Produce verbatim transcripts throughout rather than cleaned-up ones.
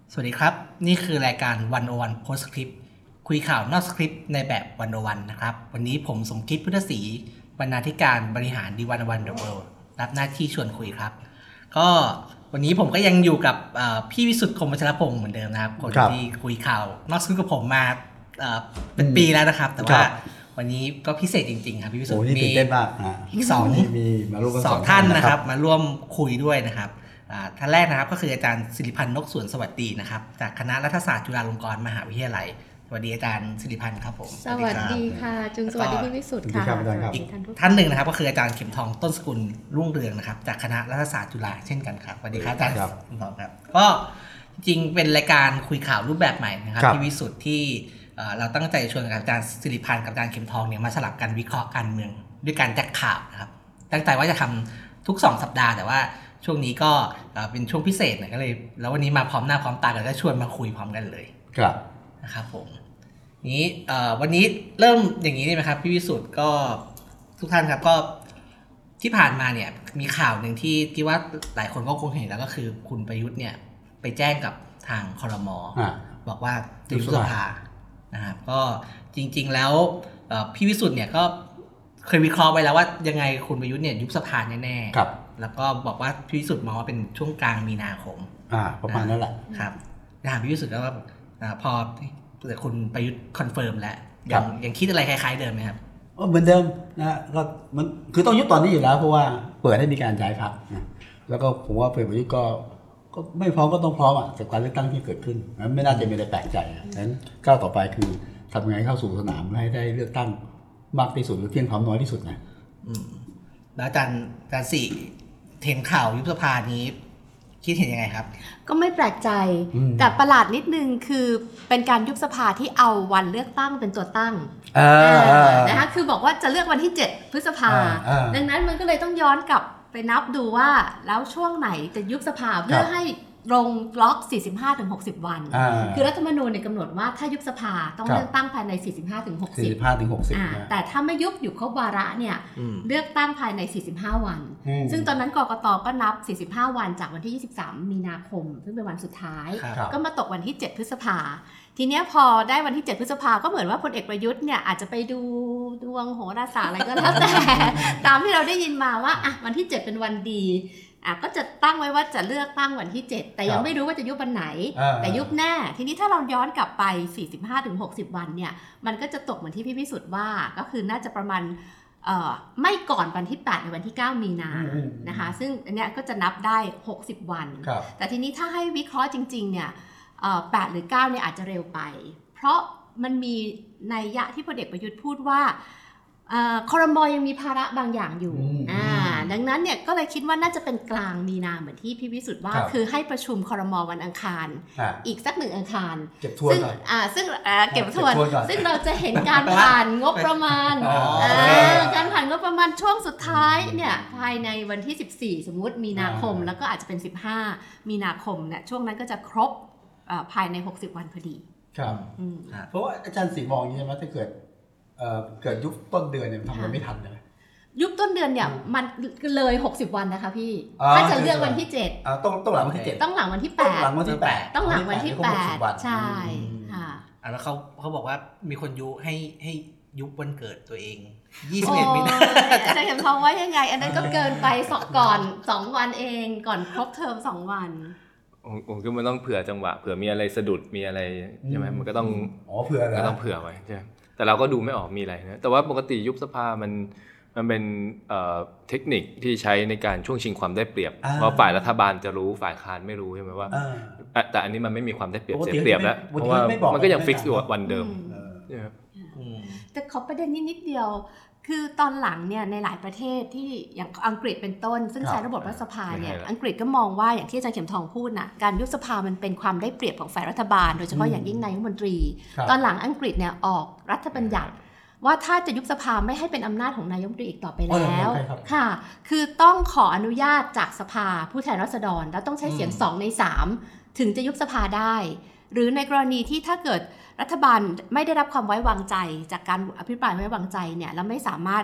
สวัสดีครับนี่คือรายการหนึ่งศูนย์หนึ่ง Post Script คุยข่าวนอกสคริปต์ในแบบหนึ่งศูนย์หนึ่งนะครับวันนี้ผมสมคิดพุทธศรีบรรณาธิการบริหารดีวันวันเดอะเวิลด์รับหน้าที่ชวนคุยครับก็วันนี้ผมก็ยังอยู่กับพี่วิสุทธิ์คมวัชรพงศ์เหมือนเดิมนะครับคนที่คุยข่าวนอกสคริปต์กับผมมาเป็นปีแล้วนะครับแต่ว่าวันนี้ก็พิเศษจริงๆครับพี่วิสุทธิ์มีอีกสองสองท่านนะครับมาร่วมคุยด้วยนะครับท่านแรกนะครับก็คืออาจารย์ศิริพันธ์นกสวนสวัสดีนะครับจากคณะรัฐศาสตร์จุฬาลงกรณ์มหาวิทยาลัยสวัสดีอาจารย์ศิริพันธ์ครับผมสวัสดีค่ะจุงสวัสดีพี่วิสุทธิ์ค่ะอีกท่านหนึ่งนะครับก็คืออาจารย์เข็มทองต้นสกุลรุ่งเรืองนะครับจากคณะรัฐศาสตร์จุฬาเช่นกันครับสวัสดีครับอาจารย์เข็มทองครับก็จริงเป็นรายการคุยข่าวรูปแบบใหม่นะครับพี่วิสุทธิ์ที่เราตั้งใจชวนอาจารย์ศิริพันธ์กับอาจารย์เข็มทองเนี่ยมาสลับกันวิเคราะห์การเมืองด้วยการแจ็คข่าวนะครับตั้งใจว่าจะทำทุกสองสัปดาห์แต่ว่าช่วงนี้ก็เป็นช่วงพิเศษนะก็เลยแล้ววันนี้มาพร้อมหน้าพร้อมตากันก็ชวนมาคุยพร้อมกันเลยครับนะครับผมนี้วันนี้เริ่มอย่างนี้ได้ไหมครับพี่วิสุทธิ์ก็ทุกท่านครับก็ที่ผ่านมาเนี่ยมีข่าวหนึ่งที่ที่ว่าหลายคนก็คงเห็นแล้วก็คือคุณประยุทธ์เนี่ยไปแจ้งกับทางครม.บอกว่าจะยุบสภานะครับก็จริงๆแล้วพี่วิสุทธิ์เนี่ยก็เคยวิเคราะห์ไว้แล้วว่ายังไงคุณประยุทธ์เนี่ยยุบสภาแน่ๆครับแล้วก็บอกว่าพี่วิสุทธิ์มองว่าเป็นช่วงกลางมีนาคมอ่าประมาณนั้นแหละครับถามพี่วิสุทธิ์แล้วว่าพอแต่คุณประยุทธ์คอนเฟิร์มแล้วยังยังคิดอะไรคล้ายๆเดิมไหมครับเหมือนเดิมนะก็มันคือต้องยุบตอนนี้อยู่แล้วเพราะว่าเปิดให้มีการย้ายพรรคนะแล้วก็ผมว่าประยุทธ์ก็ก็ไม่พร้อมก็ต้องพร้อมอ่ะจากการเลือกตั้งที่เกิดขึ้นนั้นไม่น่าจะมีอะไรแปลกใจฉะนั้นก้าวต่อไปคือทำยังไงเข้าสู่สนามให้ได้เลือกตั้งมากที่สุดหรือเพียงพร้อมน้อยที่สุดนะแล้วอาจารย์อาจารย์สี่เห็นข่าวยุบสภานี้คิดเห็นยังไงครับก็ไม่แปลกใจแต่ประหลาดนิดนึงคือเป็นการยุบสภาที่เอาวันเลือกตั้งเป็นตัวตั้งนะคะคือบอกว่าจะเลือกวันที่เจ็ดพฤษภาดังนั้นมันก็เลยต้องย้อนกลับไปนับดูว่าแล้วช่วงไหนจะยุบสภาเพื่อให้ลงบล็อก สี่สิบห้าถึงหกสิบ วันคือรัฐธรรมนูญเนี่ยกำหนดว่าถ้ายุบสภาต้องเลือกตั้งภายใน สี่สิบห้าถึงหกสิบสี่สิบห้าถึงหกสิบแต่ถ้าไม่ยุบอยู่ครบวาระเนี่ยเลือกตั้งภายใน สี่สิบห้า วันซึ่งตอนนั้นกกต.ก็นับ สี่สิบห้า วันจากวันที่ ยี่สิบสาม มีนาคมซึ่งเป็นวันสุดท้ายก็มาตกวันที่ เจ็ด พฤษภาทีเนี้ยพอได้วันที่ เจ็ด พฤษภาก็เหมือนว่าพลเอกประยุทธ์เนี่ยอาจจะไปดูดวงโหราศาสตร์อะไรก็แล้วแต่ตามที่เราได้ยินมาว่าอ่ะวันที่เจ็ดเป็นวันดีอ่ะก็จะตั้งไว้ว่าจะเลือกตั้งวันที่เจ็ดแต่ยังไม่รู้ว่าจะยุบวันไหนแต่ยุบแน่ทีนี้ถ้าเราย้อนกลับไป สี่สิบห้าถึงหกสิบ วันเนี่ยมันก็จะตกเหมือนที่พี่พิสุทธิ์ว่าก็คือน่าจะประมาณเอ่อไม่ก่อนวันที่แปดหรือวันที่เก้ามีนานะคะซึ่งอันเนี้ยก็จะนับได้หกสิบวันแต่ทีนี้ถ้าให้วิเคราะห์จริงๆเนี่ยเอ่อแปดหรือเก้าเนี่ยอาจจะเร็วไปเพราะมันมีนัยยะที่พลเอกประยุทธ์พูดว่าครม.ยังมีภาระบางอย่างอยู่อ่าดังนั้นเนี่ยก็เลยคิดว่าน่าจะเป็นกลางมีนาเหมือนที่พี่วิสุทธ์ว่าคือให้ประชุมครม.วันอังคารอีกสักหนึ่งอังคารซึ่งอ่าซึ่งเก็บทวนซึ่งเราจะเห็นการผ่านงบประมาณการผ่านงบประมาณช่วงสุดท้ายเนี่ยภายในวันที่สิบสี่สมมุติมีนาคมแล้วก็อาจจะเป็นสิบห้ามีนาคมเนี่ยช่วงนั้นก็จะครบภายในหกสิบวันพอดีครับเพราะว่าอาจารย์ศรีมองอย่างนี้ใช่ไหมถ้าเกิดเกิดยุบต้นเดือนเนี่ยทำอะไรไม่ทันเลยยุบต้นเดือนเนี่ยมันเลยหกสิบวันนะคะพี่ถ้าจะเลือกวันที่เจ็ดต้องต้องหลังวันที่เจ็ดต้องหลังวันที่แปดต้องหลังวันที่แปดต้องหลังวันที่แปดใช่ค่ะอ่ะแล้วเขาเขาบอกว่ามีคนยุให้ให้ยุบวันเกิดตัวเองยี่สิบเอ็ดมีนาอาจารย์เข็มทองว่ายังไงอันนั้นก็เกินไปสองก่อนสองวันเองก่อนครบเทอมสองวันผมก็มันต้องเผื่อจังหวะเผื่อมีอะไรสะดุดมีอะไรใช่ไหมมันก็ต้องอ๋อเผื่อก็ต้องเผื่อไว้ใช่แต่เราก็ดูไม่ออกมีอะไรนะแต่ว่าปกติยุบสภามันมันเป็นเอ่อเทคนิคที่ใช้ในการช่วงชิงความได้เปรียบเพราะฝ่ายรัฐบาลจะรู้ฝ่ายค้านไม่รู้ใช่ไหมว่าแต่อันนี้มันไม่มีความได้เปรียบเสียเปรียบแล้วเพราะว่ามันก็ยังฟิกซ์อยู่วันเดิมแต่ขอประเด็นนี้นิดเดียวคือตอนหลังเนี่ยในหลายประเทศที่อย่างอังกฤษเป็นต้นซึ่งใช้ระบบรัฐสภาเนี่ยอังกฤษก็มองว่าอย่างที่อาจารย์เข็มทองพูดนะการยุบสภามันเป็นความได้เปรียบของฝ่ายรัฐบาลโดยเฉพาะอย่างยิ่งนายกรัฐมนตรีตอนหลังอังกฤษเนี่ยออกรัฐบัญญัติว่าถ้าจะยุบสภาไม่ให้เป็นอำนาจของนายกรัฐมนตรีอีกต่อไปแล้วค่ะคือต้องขออนุญาตจากสภาผู้แทนราษฎรแล้วต้องใช้เสียงสองในสามถึงจะยุบสภาได้หรือในกรณีที่ถ้าเกิดรัฐบาลไม่ได้รับความไว้วางใจจากการอภิปรายไม่ไว้วางใจเนี่ยแล้วไม่สามารถ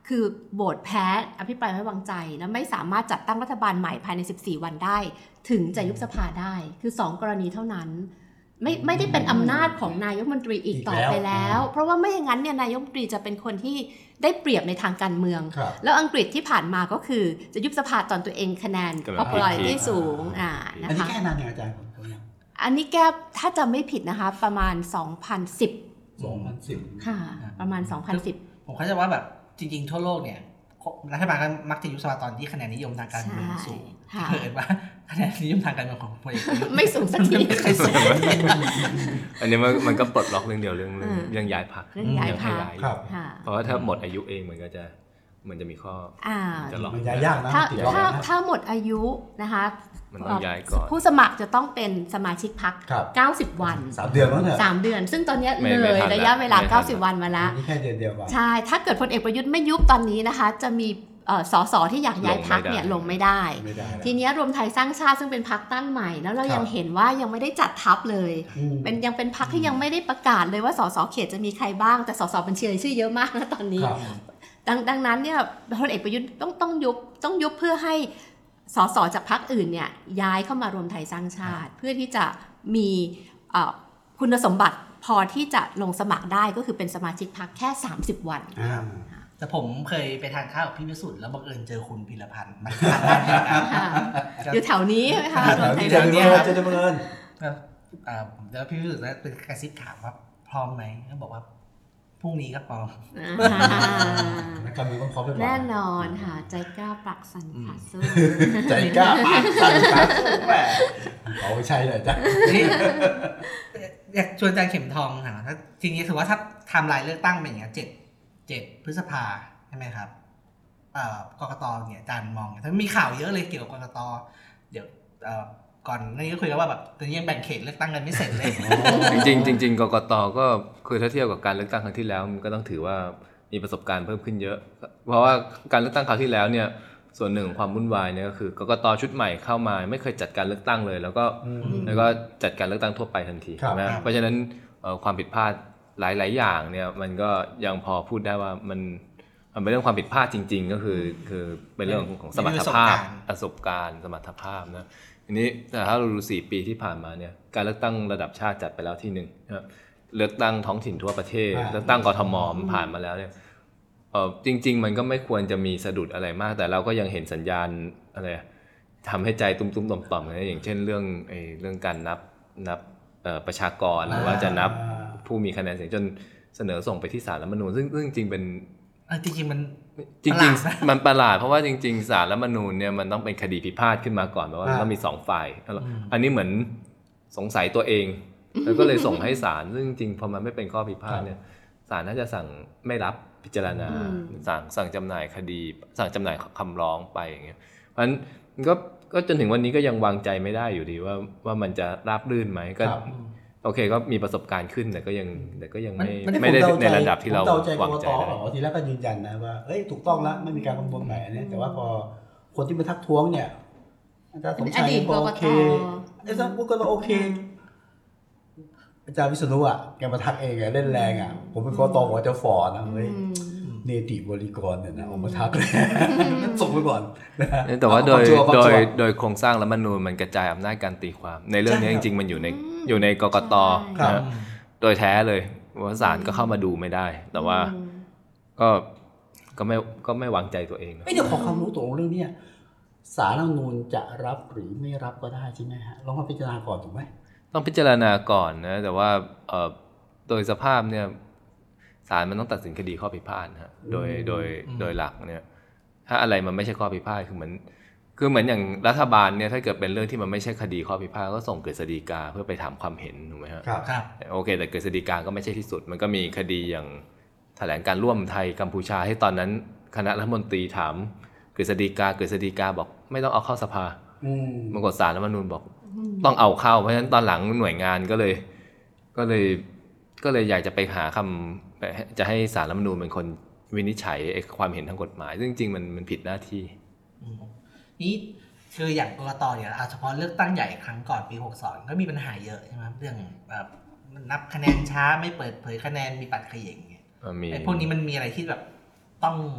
คือโหวตแพ้อภิปรายไม่วางใจแล้วไม่สามารถจัดตั้งรัฐบาลใหม่ภายในสิบสี่วันได้ถึงจะยุบสภาได้คือสองกรณีเท่านั้นไม่ไม่ได้เป็นอำนาจของนายกรัฐมนตรีอีกต่อไปแล้วเพราะว่าไม่อย่างนั้นเนี่ยนายกรัฐมนตรีจะเป็นคนที่ได้เปรียบในทางการเมืองแล้วอังกฤษที่ผ่านมาก็คือจะยุบสภาตอนตัวเองคะแนน popularity สูงอ่านะคะอันนี้แค่นานเนี่ยอาจารย์อันนี้แก้ถ้าจำไม่ผิดนะคะประมาณสองพันสิบสองพันสิบค่ะประมาณสองพันสิบผมเข้าใจว่าแบบจริงๆทั่วโลกเนี่ยรัฐบาลก็มักจะยุบสภาตอนที่คะแนนนิยมทางการเมืองสูงเกิดว่าคะแนนนิยมทางการเมืองของพลเอกประยุทธ์ไม่สูงสักทีไม่เคยสูงอันนี้มันมันก็ปลดล็อกเรื่องเดียวเรื่องเรื่องย้ายพรรคเรื่องย้ายพรรคเพราะว่าถ้าหมดอายุเองมันก็จะมันจะมีข้อจะล็อกมันย้ายยากนะถ้าถ้าถ้าหมดอายุนะคะมันต้องย้ายก่อนผู้สมัครจะต้องเป็นสมาชิกพรรคเก้าสิบวันสามเดือนมั้งเนี่ยสามเดือนซึ่งตอนนี้เลยระยะเวลาเก้าสิบวันมาแล้วนี่แค่เดือนเดียวใช่ถ้าเกิดพลเอกประยุทธ์ไม่ยุบตอนนี้นะคะจะมีสสที่อยากย้ายพรรคเนี่ยลงไม่ได้ทีนี้รวมไทยสร้างชาติซึ่งเป็นพรรคตั้งใหม่แล้วเรายังเห็นว่ายังไม่ได้จัดทัพเลยเป็นยังเป็นพรรคที่ยังไม่ได้ประกาศเลยว่าสสเขตจะมีใครบ้างแต่สสบัญชีรายชื่อเยอะมากนะตอนนี้ดังดังนั้นเนี่ยพลเอกประยุทธ์ต้องต้องยุบต้องยุบเพื่อให้สสจากพรรคอื่นเนี่ยย้ายเข้ามารวมไทยสร้างชาติเพื่อที่จะมีคุณสมบัติพอที่จะลงสมัครได้ก็คือเป็นสมาชิกพรรคแค่สามสิบวันแต่ผมเคยไปทานข้าวกับพี่วิสุทธิ์แล้วบังเอิญเจอคุณพิรพันธ์มาทานบ้านด้วยกันอยู่แถวนี้ใช่ไหมคะแถวนี้แถวนี้ครับจะบังเอิญแล้วพี่วิสุทธิ์ก็เป็นกระซิบถามว่าพร้อมไหมเขาบอกว่าพรุ่งนี้ก็พร้อมนักการเมืองต้องพร้อมแน่นอนค่ะใจกล้าปักสันขาสู้ใจกล้าปักสันขาสู้แหมเอาไม่ใช่เลยจ้ะอยากชวนอาจารย์เข็มทองค่ะถ้าจริงๆถือว่าถ้าไทม์ไลน์เลือกตั้งเป็นอย่างนี้เจ็ดเจ็ดพฤษภาใช่ไหมครับกกตเนี่ยอาจารย์มองถ้ามีข่าวเยอะเลยเกี่ยวกับกกตเดี๋ยวก่อนนี้ก็คุยกันว่าแบบตอนนี้ยังแบ่งเขตเลือกตั้งกันไม่เสร็จเลยจริงจริงจริงกกตก็คือถ้าเทียบกับการเลือกตั้งครั้งที่แล้วมันก็ต้องถือว่ามีประสบการณ์เพิ่มขึ้นเยอะเพราะว่าการเลือกตั้งคราวที่แล้วเนี่ยส่วนหนึ่งของความวุ่นวายเนี่ยก็คือกกตชุดใหม่เข้ามาไม่เคยจัดการเลือกตั้งเลยแล้วก็แล้วก็จัดการเลือกตั้งทั่วไปทันทีนะเพราะฉะนั้นความผิดพลาดหลายๆอย่างเนี่ยมันก็ยังพอพูดได้ว่ามันมันเป็นเรื่องความผิดพลาดจริงๆก็คือคือเป็นเรื่องของสมรรถภาพประสบการณ์สมรรถภาพนะทีนี้แต่ถ้าเราดูสี่ปีที่ผ่านมาเนี่ยการเลือกตั้งระดับชาติจัดไปแล้วที่หนึ่งนะเลือกตั้งท้องถิ่นทั่วประเทศเลือกตั้งกทมผ่านมาแล้วเนี่ยเออจริงๆมันก็ไม่ควรจะมีสะดุดอะไรมากแต่เราก็ยังเห็นสัญญาณอะไรทำให้ใจตุ้มๆต่อมๆนะอย่างเช่นเรื่องไอ้เรื่องการนับนับประชากรหรือว่าจะนับผู้มีคะแนนเสียงจนเสนอส่งไปที่ศาลรัฐธรรมนูญซึ่งซึ่งจริงเป็นจริงๆมันจริงๆมันประหลาดเพราะว่าจริงๆศาลรัฐธรรมนูญเนี่ยมันต้องเป็นคดีพิพาทขึ้นมาก่อนเพราะว่าต้องมีสองฝ่ายอันนี้เหมือนสงสัยตัวเองแล้วก็เลยส่งให้ศาลซึ่งจริงๆพอมันไม่เป็นข้อพิพาทเนี่ยศาลน่าจะสั่งไม่รับพิจารณาสั่งสั่งจำหน่ายคดีสั่งจำหน่ายคำร้องไปอย่างเงี้ยเพราะฉะนั้นก็ก็จนถึงวันนี้ก็ยังวางใจไม่ได้อยู่ดีว่าว่ามันจะราบรื่นไหมก็โอเคก็มีประสบการณ์ขึ้นแต่ก็ยังแต่ก็ยังไม่ไม่ได้ในระดับที่เราวางใจได้ทีแรกก็ยืนยันนะว่าเอ้ยถูกต้องแล้วไม่มีการประมวลใหม่อันนี้แต่ว่าพอคนที่มาทักท้วงเนี่ยอาจารย์สมชัยก็โอเคอาจารย์พูดก็โอเคอาจารย์วิษณุอ่ะแกมาทักเองเล่นแรงอ่ะผมเป็นกตผมจะฝ่อนะเฮ้ยเนติบริกรเนี่ยนะออกมาทักเลยส่งไปก่อนแต่ว่าโดยโดยโดยโครงสร้างรัฐธรรมนูญมันกระจายอำนาจการตีความในเรื่องนี้จริงๆมันอยู่ในอยู่ในกกตนะโดยแท้เลยว่าศาลก็เข้ามาดูไม่ได้แต่ว่าก็ก็ไม่ก็ไม่วางใจตัวเองเดี๋ยวขอความรู้ตรงเรื่องนี้ศาลรัฐธรรมนูญจะรับหรือไม่รับก็ได้ใช่ไหมฮะลองมาพิจารณาก่อนถูกไหมต้องพิจารณาก่อนนะแต่ว่าโดยสภาพเนี่ยศาลมันต้องตัดสินคดีข้อพิพาทฮะโดยโดยโดยหลักเนี่ยถ้าอะไรมันไม่ใช่ข้อพิพาทคือเหมือนคือเหมือนอย่างรัฐบาลเนี่ยถ้าเกิดเป็นเรื่องที่มันไม่ใช่คดีข้อพิพาทก็ส่งกฤษฎีกาเพื่อไปถามความเห็นถูกไหมครับครับโอเคแต่กฤษฎีกาก็ไม่ใช่ที่สุดมันก็มีคดีอย่างแถลงการร่วมไทยกัมพูชาให้ตอนนั้นคณะรัฐมนตรีถามกฤษฎีกากฤษฎีกาบอกไม่ต้องเอาเข้าสภาปรากฏศาลรัฐธรรมนูญบอกต้องเอาเข้าเพราะฉะนั้นตอนหลังหน่วยงานก็เลยก็เลยก็เลยอยากจะไปหาคำจะให้ศาลรัฐธรรมนูญเป็นคนวินิจฉัยความเห็นทางกฎหมายซึ่งจริงๆมันมันผิดหน้าที่นี่คืออย่างกกตเนี่ยเฉพาะเลือกตั้งใหญ่ครั้งก่อนปีหกสิบสองก็มีปัญหาเยอะใช่ไหมเรื่องแบบนับคะแนนช้าไม่เปิดเผยคะแนนมีปัดเขย่งไอ้พวกนี้มันมีอะไรที่แบบต้อง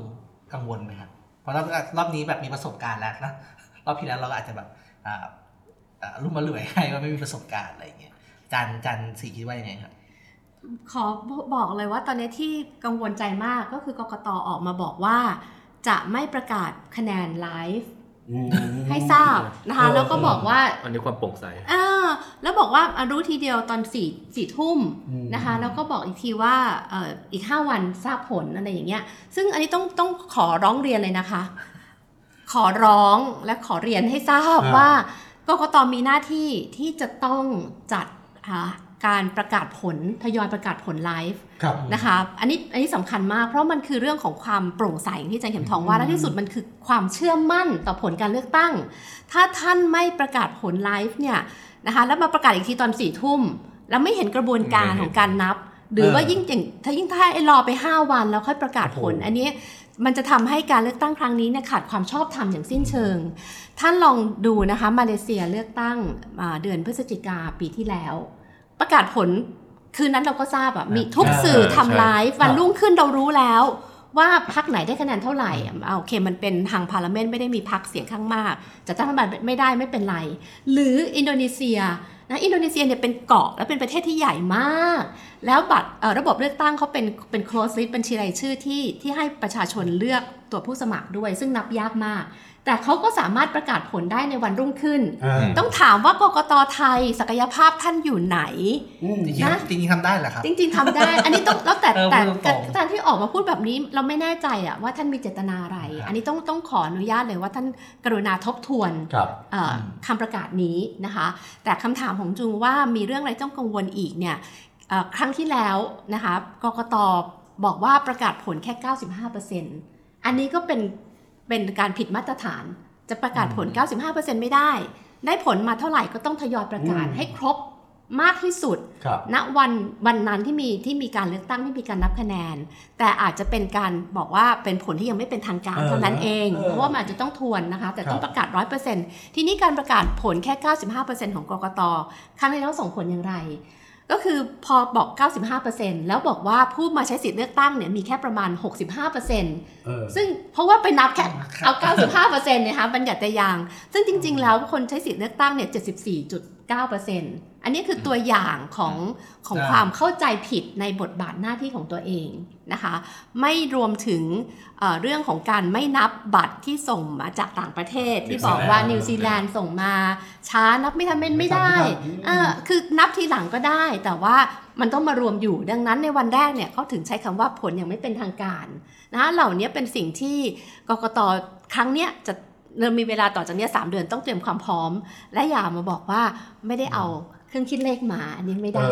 กังวลไหมครับเพราะรอบรอบนี้แบบมีประสบการณ์แล้วนะรอบที่แล้วเราอาจจะแบบรุ่มมาเหลื่อยให้ว่าไม่มีประสบการณ์อะไรอย่างเงี้ยจันจันสีคิดว่ายังไงครับขอบอกเลยว่าตอนนี้ที่กังวลใจมากก็คือกกต.ออกมาบอกว่าจะไม่ประกาศคะแนนไลฟ์ให้ทราบนะคะแล้วก็บอกว่าอันนี้ความโปร่งใสอ่าแล้วบอกว่ารู้ทีเดียวตอนสี่สี่ทุ่มนะคะแล้วก็บอกอีกทีว่าเอ่ออีกห้าวันทราบผลอะไรอย่างเงี้ยซึ่งอันนี้ต้องต้องขอร้องเรียนเลยนะคะขอร้องและขอเรียนให้ทราบว่ากกต.มีหน้าที่ที่จะต้องจัดการประกาศผลทยอยประกาศผลไลฟ์นะคะอันนี้อันนี้สำคัญมากเพราะมันคือเรื่องของความโปร่งใสที่อาจารย์เข็มทองว่าและที่สุดมันคือความเชื่อมั่นต่อผลการเลือกตั้งถ้าท่านไม่ประกาศผลไลฟ์เนี่ยนะคะแล้วมาประกาศอีกทีตอนสี่ทุ่มแล้วไม่เห็นกระบวนการของการนับหรือว่ายิ่งถ้ายิ่งถ้าไอ้รอไปห้าวันแล้วค่อยประกาศผลอันนี้มันจะทำให้การเลือกตั้งครั้งนี้เนี่ยขาดความชอบธรรมอย่างสิ้นเชิงท่านลองดูนะคะมาเลเซียเลือกตั้งเดือนพฤศจิกาปีที่แล้วประกาศผลคืนนั้นเราก็ทราบอ่ะมีทุกสื่อทำไลฟ์วันรุ่งขึ้นเรารู้แล้วว่าพรรคไหนได้คะแนนเท่าไหร่โอเคมันเป็นทางพาร์ลเมนต์ไม่ได้มีพรรคเสียงข้างมากจะตั้งรัฐบาลไม่ได้ไม่เป็นไรหรืออินโดนีเซียนะอินโดนีเซียเนี่ยเป็นเกาะและเป็นประเทศที่ใหญ่มากแล้วบัตรระบบเลือกตั้งเขาเป็นเป็น close list บัญชีรายชื่อที่ที่ให้ประชาชนเลือกตัวผู้สมัครด้วยซึ่งนับยากมากแต่เขาก็สามารถประกาศผลได้ในวันรุ่งขึ้นต้องถามว่ากกต.ไทยศักยภาพท่านอยู่ไหนนะจริงๆทำได้เหรอครับจริงๆทำได้อันนี้ต้องแล้วแต่แต่การที่ออกมาพูดแบบนี้เราไม่แน่ใจอะว่าท่านมีเจตนาอะไรอันนี้ต้องต้องขออนุญาตเลยว่าท่านกรุณาทบทวนคำประกาศนี้นะคะแต่คำถามของจุงว่ามีเรื่องอะไรต้องกังวลอีกเนี่ยครั้งที่แล้วนะคะกกต.บอกว่าประกาศผลแค่ เก้าสิบห้าเปอร์เซ็นต์ อันนี้ก็เป็นเป็นการผิดมาตรฐานจะประกาศผล เก้าสิบห้าเปอร์เซ็นต์ ไม่ได้ได้ผลมาเท่าไหร่ก็ต้องทยอยประกาศให้ครบมากที่สุดณวันวันนั้นที่มีที่มีการเลือกตั้งที่มีการนับคะแนนแต่อาจจะเป็นการบอกว่าเป็นผลที่ยังไม่เป็นทางการเท่านั้นเองเพราะว่ามันอาจจะต้องทวนนะคะแต่ต้องประกาศ ร้อยเปอร์เซ็นต์ ทีนี้การประกาศผลแค่ เก้าสิบห้าเปอร์เซ็นต์ ของกกต.ครั้งนี้แล้วส่งผลอย่างไรก็คือพอบอก เก้าสิบห้าเปอร์เซ็นต์ แล้วบอกว่าผู้มาใช้สิทธิ์เลือกตั้งเนี่ยมีแค่ประมาณ หกสิบห้าเปอร์เซ็นต์ ซึ่งเพราะว่าไปนับแค่เอา เก้าสิบห้าเปอร์เซ็นต์ นะคะบัญญัติยางซึ่งจริงๆแล้วคนใช้สิทธิ์เลือกตั้งเนี่ย เจ็ดสิบสี่จุดเก้าเปอร์เซ็นต์ อันนี้คือตัวอย่างของของความเข้าใจผิดในบทบาทหน้าที่ของตัวเองนะคะไม่รวมถึง เอ่อ เรื่องของการไม่นับบัตรที่ส่งมาจากต่างประเทศที่บอกว่านิวซีแลนด์ส่งมาช้านับไม่ทันไม่ไม่ได้เออคือนับทีหลังก็ได้แต่ว่ามันต้องมารวมอยู่ดังนั้นในวันแรกเนี่ยเขาถึงใช้คำว่าผลยังไม่เป็นทางการนะเหล่านี้เป็นสิ่งที่กกต.ครั้งเนี้ยจะเรามีเวลาต่อจากนี้สามเดือนต้องเตรียมความพร้อมและอย่ามาบอกว่าไม่ได้เอาเครื่องคิดเลขมาอันนี้ไม่ได้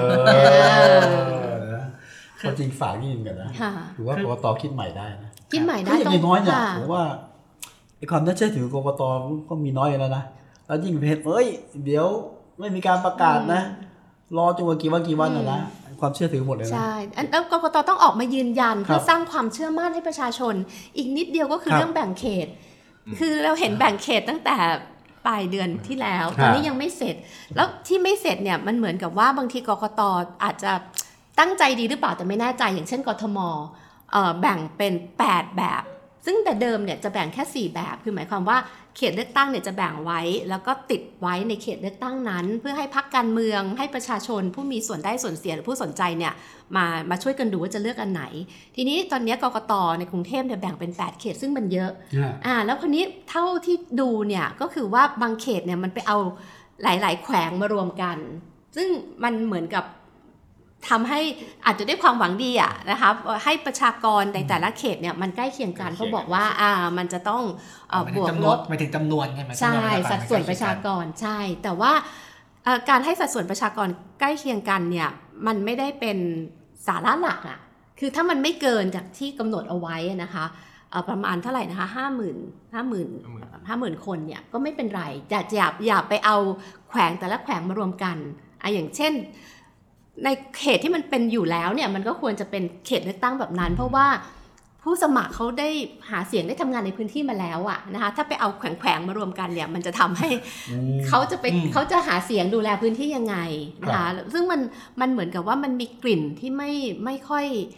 เขาจริงฝากยิ่งกันนะหรือว่ากกต.คิดใหม่ได้นะคิดใหม่ได้ต้องน้อยเนี่ยผมว่าไอ้ความน่าเชื่อถือกกต.ก็มีน้อยแล้วนะแล้วยิ่งเพจเอ้ยเดี๋ยวไม่มีการประกาศนะรอจนกว่ากี่วันกี่วันนะความเชื่อถือหมดเลยนะใช่แล้วกกต.ต้องออกมายืนยันเพื่อสร้างความเชื่อมั่นให้ประชาชนอีกนิดเดียวก็คือเรื่องแบ่งเขตคือเราเห็นแบ่งเขตตั้งแต่ปลายเดือนที่แล้วตอนนี้ยังไม่เสร็จแล้วที่ไม่เสร็จเนี่ยมันเหมือนกับว่าบางทีกกต.อาจจะตั้งใจดีหรือเปล่าแต่ไม่แน่ใจอย่างเช่นกทม.แบ่งเป็นแปดแบบซึ่งแต่เดิมเนี่ยจะแบ่งแค่สี่แบบคือหมายความว่าเขตเลือกตั้งเนี่ยจะแบ่งไว้แล้วก็ติดไว้ในเขตเลือกตั้งนั้นเพื่อให้พรรคการเมืองให้ประชาชนผู้มีส่วนได้ส่วนเสียหรือผู้สนใจเนี่ยมามาช่วยกันดูว่าจะเลือกอันไหนทีนี้ตอนนี้กกต.ในกรุงเทพเนี่ยแบ่งเป็นแปดเขตซึ่งมันเยอะ yeah. อ่าแล้วคนนี้เท่าที่ดูเนี่ยก็คือว่าบางเขตเนี่ยมันไปเอาหลายๆแขวงมารวมกันซึ่งมันเหมือนกับทำให้อาจจะด้วยความหวังดีอะนะคะให้ประชากรในแต่ละเขตเนี่ยมันใกล้เคียงกันเขาบอกว่าอ่ามันจะต้องบวกลบหมายถึงจำนวนใช่ไหมใช่สัดส่วนประชากรใช่แต่ว่าการให้สัดส่วนประชากรใกล้เคียงกันเนี่ยมันไม่ได้เป็นสาระหลักอะคือถ้ามันไม่เกินจากที่กำหนดเอาไว้นะคะประมาณเท่าไหร่นะคะห้าหมื่นห้าหมื่นห้าหมื่นคนเนี่ยก็ไม่เป็นไรอย่าอย่าอย่าไปเอาแขวงแต่ละแขวงมารวมกันอ่ะอย่างเช่นในเขตที่มันเป็นอยู่แล้วเนี่ยมันก็ควรจะเป็นเขตเลือกตั้งแบบนั้นเพราะว่าผู้สมัครเขาได้หาเสียงได้ทำงานในพื้นที่มาแล้วอะนะคะถ้าไปเอาแขวงๆมารวมกันเนี่ยมันจะทำให้เขาจะไปเขาจะหาเสียงดูแลพื้นที่ยังไงนะคะซึ่งมันมันเหมือนกับว่ามันมีกลิ่นที่ไม่ไม่ค่อย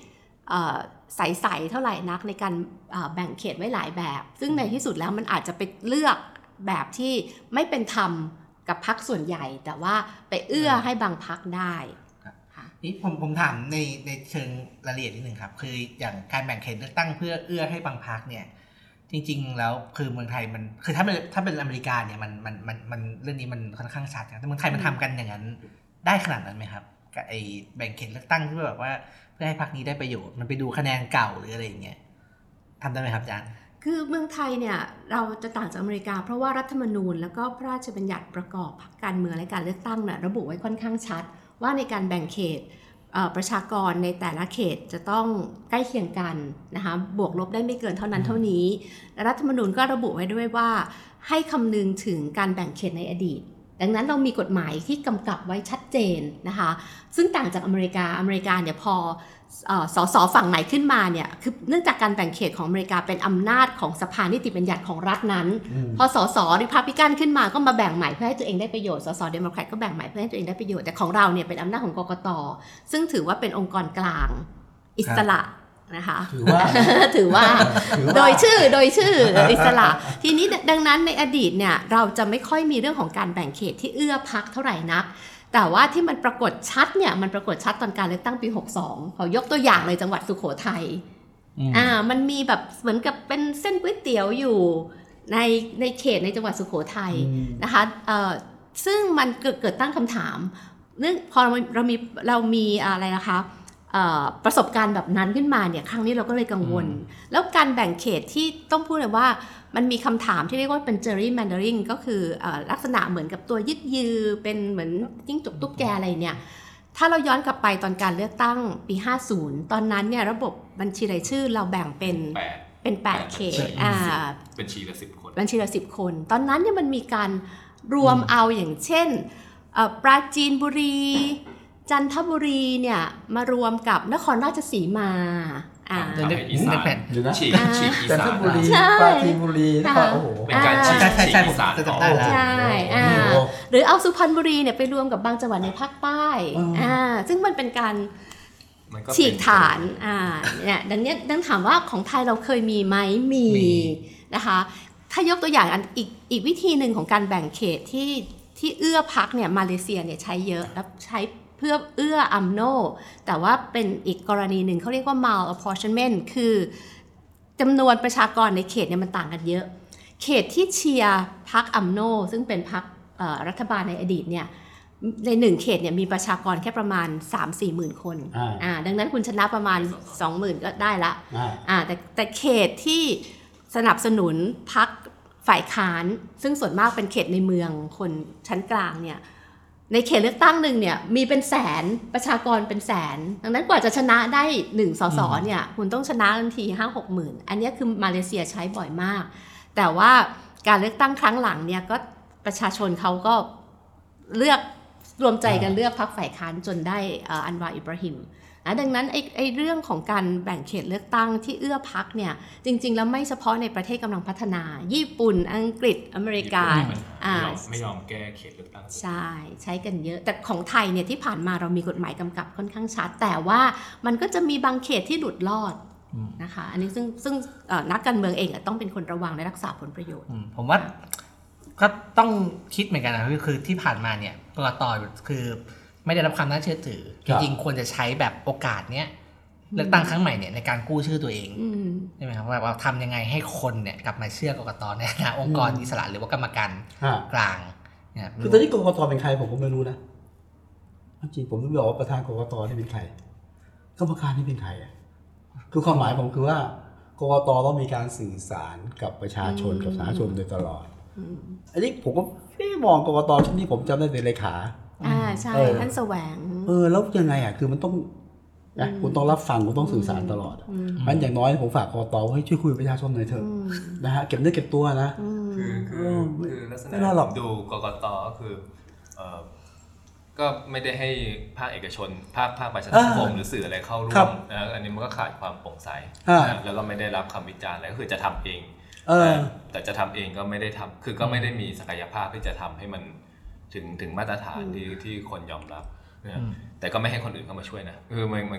ใสๆเท่าไหร่นักในการแบ่งเขตไว้หลายแบบ ซึ่งในที่สุดแล้วมันอาจจะไปเลือกแบบที่ไม่เป็นธรรมกับพรรคส่วนใหญ่แต่ว่าไปเอื้อให้บางพรรคได้นี่ผมผมถามในในเชิงรายละเอียดนิดนึงครับคืออย่างการแบ่งเขตเลือกตั้งเพื่อเอื้อให้บางพรรคเนี่ยจริงๆแล้วคือเมืองไทยมันคือถ้าเป็นถ้าเป็นอเมริกาเนี่ยมันมันมันมันเรื่องนี้มันค่อนข้างชัดนะแต่เมืองไทยมันทำกันอย่างนั้นได้ขนาดนั้นไหมครับกับไอ้แบ่งเขตเลือกตั้งที่แบบว่าเพื่อให้พรรคนี้ได้ประโยชน์มันไปดูคะแนนเก่าหรืออะไรอย่างเงี้ยทำได้ไหมครับอาจารย์คือเมืองไทยเนี่ยเราจะต่างจากอเมริกาเพราะว่ารัฐธรรมนูญแล้วก็พระราชบัญญัติประกอบพรรคการเมืองและการเลือกตั้งเนี่ยระบุไว้ค่อนข้างชัดว่าในการแบ่งเขตประชากรในแต่ละเขตจะต้องใกล้เคียงกันนะคะบวกลบได้ไม่เกินเท่านั้นเท่านี้รัฐธรรมนูญก็ระบุไว้ด้วยว่าให้คำนึงถึงการแบ่งเขตในอดีตดังนั้นเรามีกฎหมายที่กำกับไว้ชัดเจนนะคะซึ่งต่างจากอเมริกาอเมริกาเนี่ยพอสสฝั่งไหนขึ้นมาเนี่ยคือเนื่องจากการแบ่งเขตของอเมริกาเป็นอำนาจของสภานิติบัญญัติของรัฐนั้นพอสสริพับลิกันขึ้นมาก็มาแบ่งใหม่เพื่อให้ตัวเองได้ประโยชน์สสเดโมแครตก็แบ่งใหม่เพื่อให้ตัวเองได้ประโยชน์แต่ของเราเนี่ยเป็นอำนาจของกกต.ซึ่งถือว่าเป็นองค์กรกลางอิสระนะคะถือว่าถือว่าโดยชื่อโดยชื่ออิสระทีนี้ดังนั้นในอดีตเนี่ยเราจะไม่ค่อยมีเรื่องของการแบ่งเขตที่เอื้อพรรคเท่าไหร่นักแต่ว่าที่มันปรากฏชัดเนี่ยมันปรากฏชัดตอนการเลือกตั้งปีหกสิบสองขอยกตัวอย่างเลยจังหวัดสุโขทัยอ่ามันมีแบบเหมือนกับเป็นเส้นก๋วยเตี๋ยวอยู่ในในเขตในจังหวัดสุโขทัยนะคะเอ่อซึ่งมันเกิดเกิดตั้งคำถามเนื่องพอเรามีเรามีอะไรนะคะประสบการณ์แบบนั้นขึ้นมาเนี่ยครั้งนี้เราก็เลยกังวลแล้วการแบ่งเขตที่ต้องพูดเลยว่ามันมีคำถามที่เรียกว่าเป็น gerrymandering ก็คือลักษณะเหมือนกับตัวยึดยือเป็นเหมือนจิ้งจกตุ๊กแกอะไรเนี่ยถ้าเราย้อนกลับไปตอนการเลือกตั้งปีห้าสิบตอนนั้นเนี่ยระบบบัญชีรายชื่อเราแบ่งเป็นเป็นแปดเขตอ่าบัญชีละสิบคนบัญชีละสิบคนตอนนั้นเนี่ยมันมีการรวมเอาอย่างเช่นปราจีนบุรีจันทบุรีเนี่ยมารวมกับนครราชสีมาอ่าในอีสานฉีกฉีกอีสานจันทบุรีปราจีนบุรีก็โอ้โหเป็นการฉีกฉีกอีสานจะจำได้แล้วใช่อ่าหรือเอาสุพรรณบุรีเนี่ยไปรวมกับบางจังหวัดในภาคใต้อ่าซึ่งมันเป็นการฉีกฐานอ่าเนี่ยดังนี้ดังถามว่าของไทยเราเคยมีไหมมีนะคะถ้ายกตัวอย่างอันอีกอีกวิธีหนึ่งของการแบ่งเขตที่ที่เอื้อพรรคเนี่ยมาเลเซียเนี่ยใช้เยอะแล้วใช้เพื่อเอื้ออัมโนแต่ว่าเป็นอีกกรณีหนึ่งเขาเรียกว่า malapportionment คือจำนวนประชากรในเขตเนี่ยมันต่างกันเยอะเขตที่เชียร์พรรคอัมโนซึ่งเป็นพรรครัฐบาลในอดีตเนี่ยในหนึ่งเขตเนี่ยมีประชากรแค่ประมาณ สามถึงสี่ หมื่นคนอ่าดังนั้นคุณชนะประมาณ สองหมื่น ก็ได้ละอ่าแต่แต่เขตที่สนับสนุนพรรคฝ่ายค้านซึ่งส่วนมากเป็นเขตในเมืองคนชั้นกลางเนี่ยในเขตเลือกตั้งหนึ่งเนี่ยมีเป็นแสนประชากรเป็นแสนดังนั้นกว่าจะชนะได้หนึ่งสสเนี่ยคุณต้องชนะทันที ห้าหกหมื่น อันนี้คือมาเลเซียใช้บ่อยมากแต่ว่าการเลือกตั้งครั้งหลังเนี่ยก็ประชาชนเขาก็เลือกรวมใจกันเลือกพรรคฝ่ายค้านจนได้อันวาอิบราฮิมนะดังนั้นไอ้ไอ้เรื่องของการแบ่งเขตเลือกตั้งที่เอื้อพรรคเนี่ยจริงๆแล้วไม่เฉพาะในประเทศกำลังพัฒนาญี่ปุ่นอังกฤษอเมริกาอ่าไม่ยอมแก้เขตเลือกตั้งใช่ใช้กันเยอะแต่ของไทยเนี่ยที่ผ่านมาเรามีกฎหมายกำกับค่อนข้างชัดแต่ว่ามันก็จะมีบางเขตที่หลุดรอดนะคะอันนี้ซึ่งซึ่งนักการเมืองเองต้องเป็นคนระวังและรักษาผลประโยชน์ผมว่าก็ต้องคิดเหมือนกันนะคือที่ผ่านมาเนี่ยกกต.คือไม่ได้รับความน่าเชื่อถือจริงๆควรจะใช้แบบโอกาสเนี้ยเลือกตั้งครั้งใหม่เนี่ยในการกู้ชื่อตัวเองใช่ไหมครับว่าทำยังไงให้คนเนี่ยกลับมาเชื่อกกต.ในฐานะองค์กรอิสระหรือว่ากรรมการกลางเนี่ยคือตอนนี้กกต.เป็นใครผมก็ไม่รู้นะจริงผมไม่บอกว่าประธานกกต.นี่เป็นใครกรรมการนี่เป็นใครอ่ะคือความหมายผมคือว่ากกต.ต้องมีการสื่อสารกับประชาชนกับสาธารณชนโดยตลอดอันนี้ผมก็ไม่มองกกต.ชุดนี้ผมจำได้เป็นเลขาอ่าใช่ท่านแสวงเออแล้วยังไงอ่ะคือมันต้องนะคุณต้องรับฟังคุณต้องสื่อสารตลอดเพราะฉะนั้นอย่างน้อยผมฝากกกต.ให้ช่วยคุยกับประชาชนหน่อยเถอะนะฮะเก็บเนื้อเก็บตัวนะคือคือคือลักษณะดูกกต.ก็คือเอ่อก็ไม่ได้ให้ภาคเอกชนภาคภาคประชาสังคมหรือสื่ออะไรเข้าร่วมนะอันนี้มันก็ขาดความโปร่งใสแล้วก็ไม่ได้รับคำวิจารณ์อะไรก็คือจะทำเองแต่จะทำเองก็ไม่ได้ทำคือก็ไม่ได้มีศักยภาพที่จะทำให้มันถึงถึงมาตรฐานที่ที่คนยอมรับแต่ก็ไม่ให้คนอื่นเข้ามาช่วยนะคือมันมันก็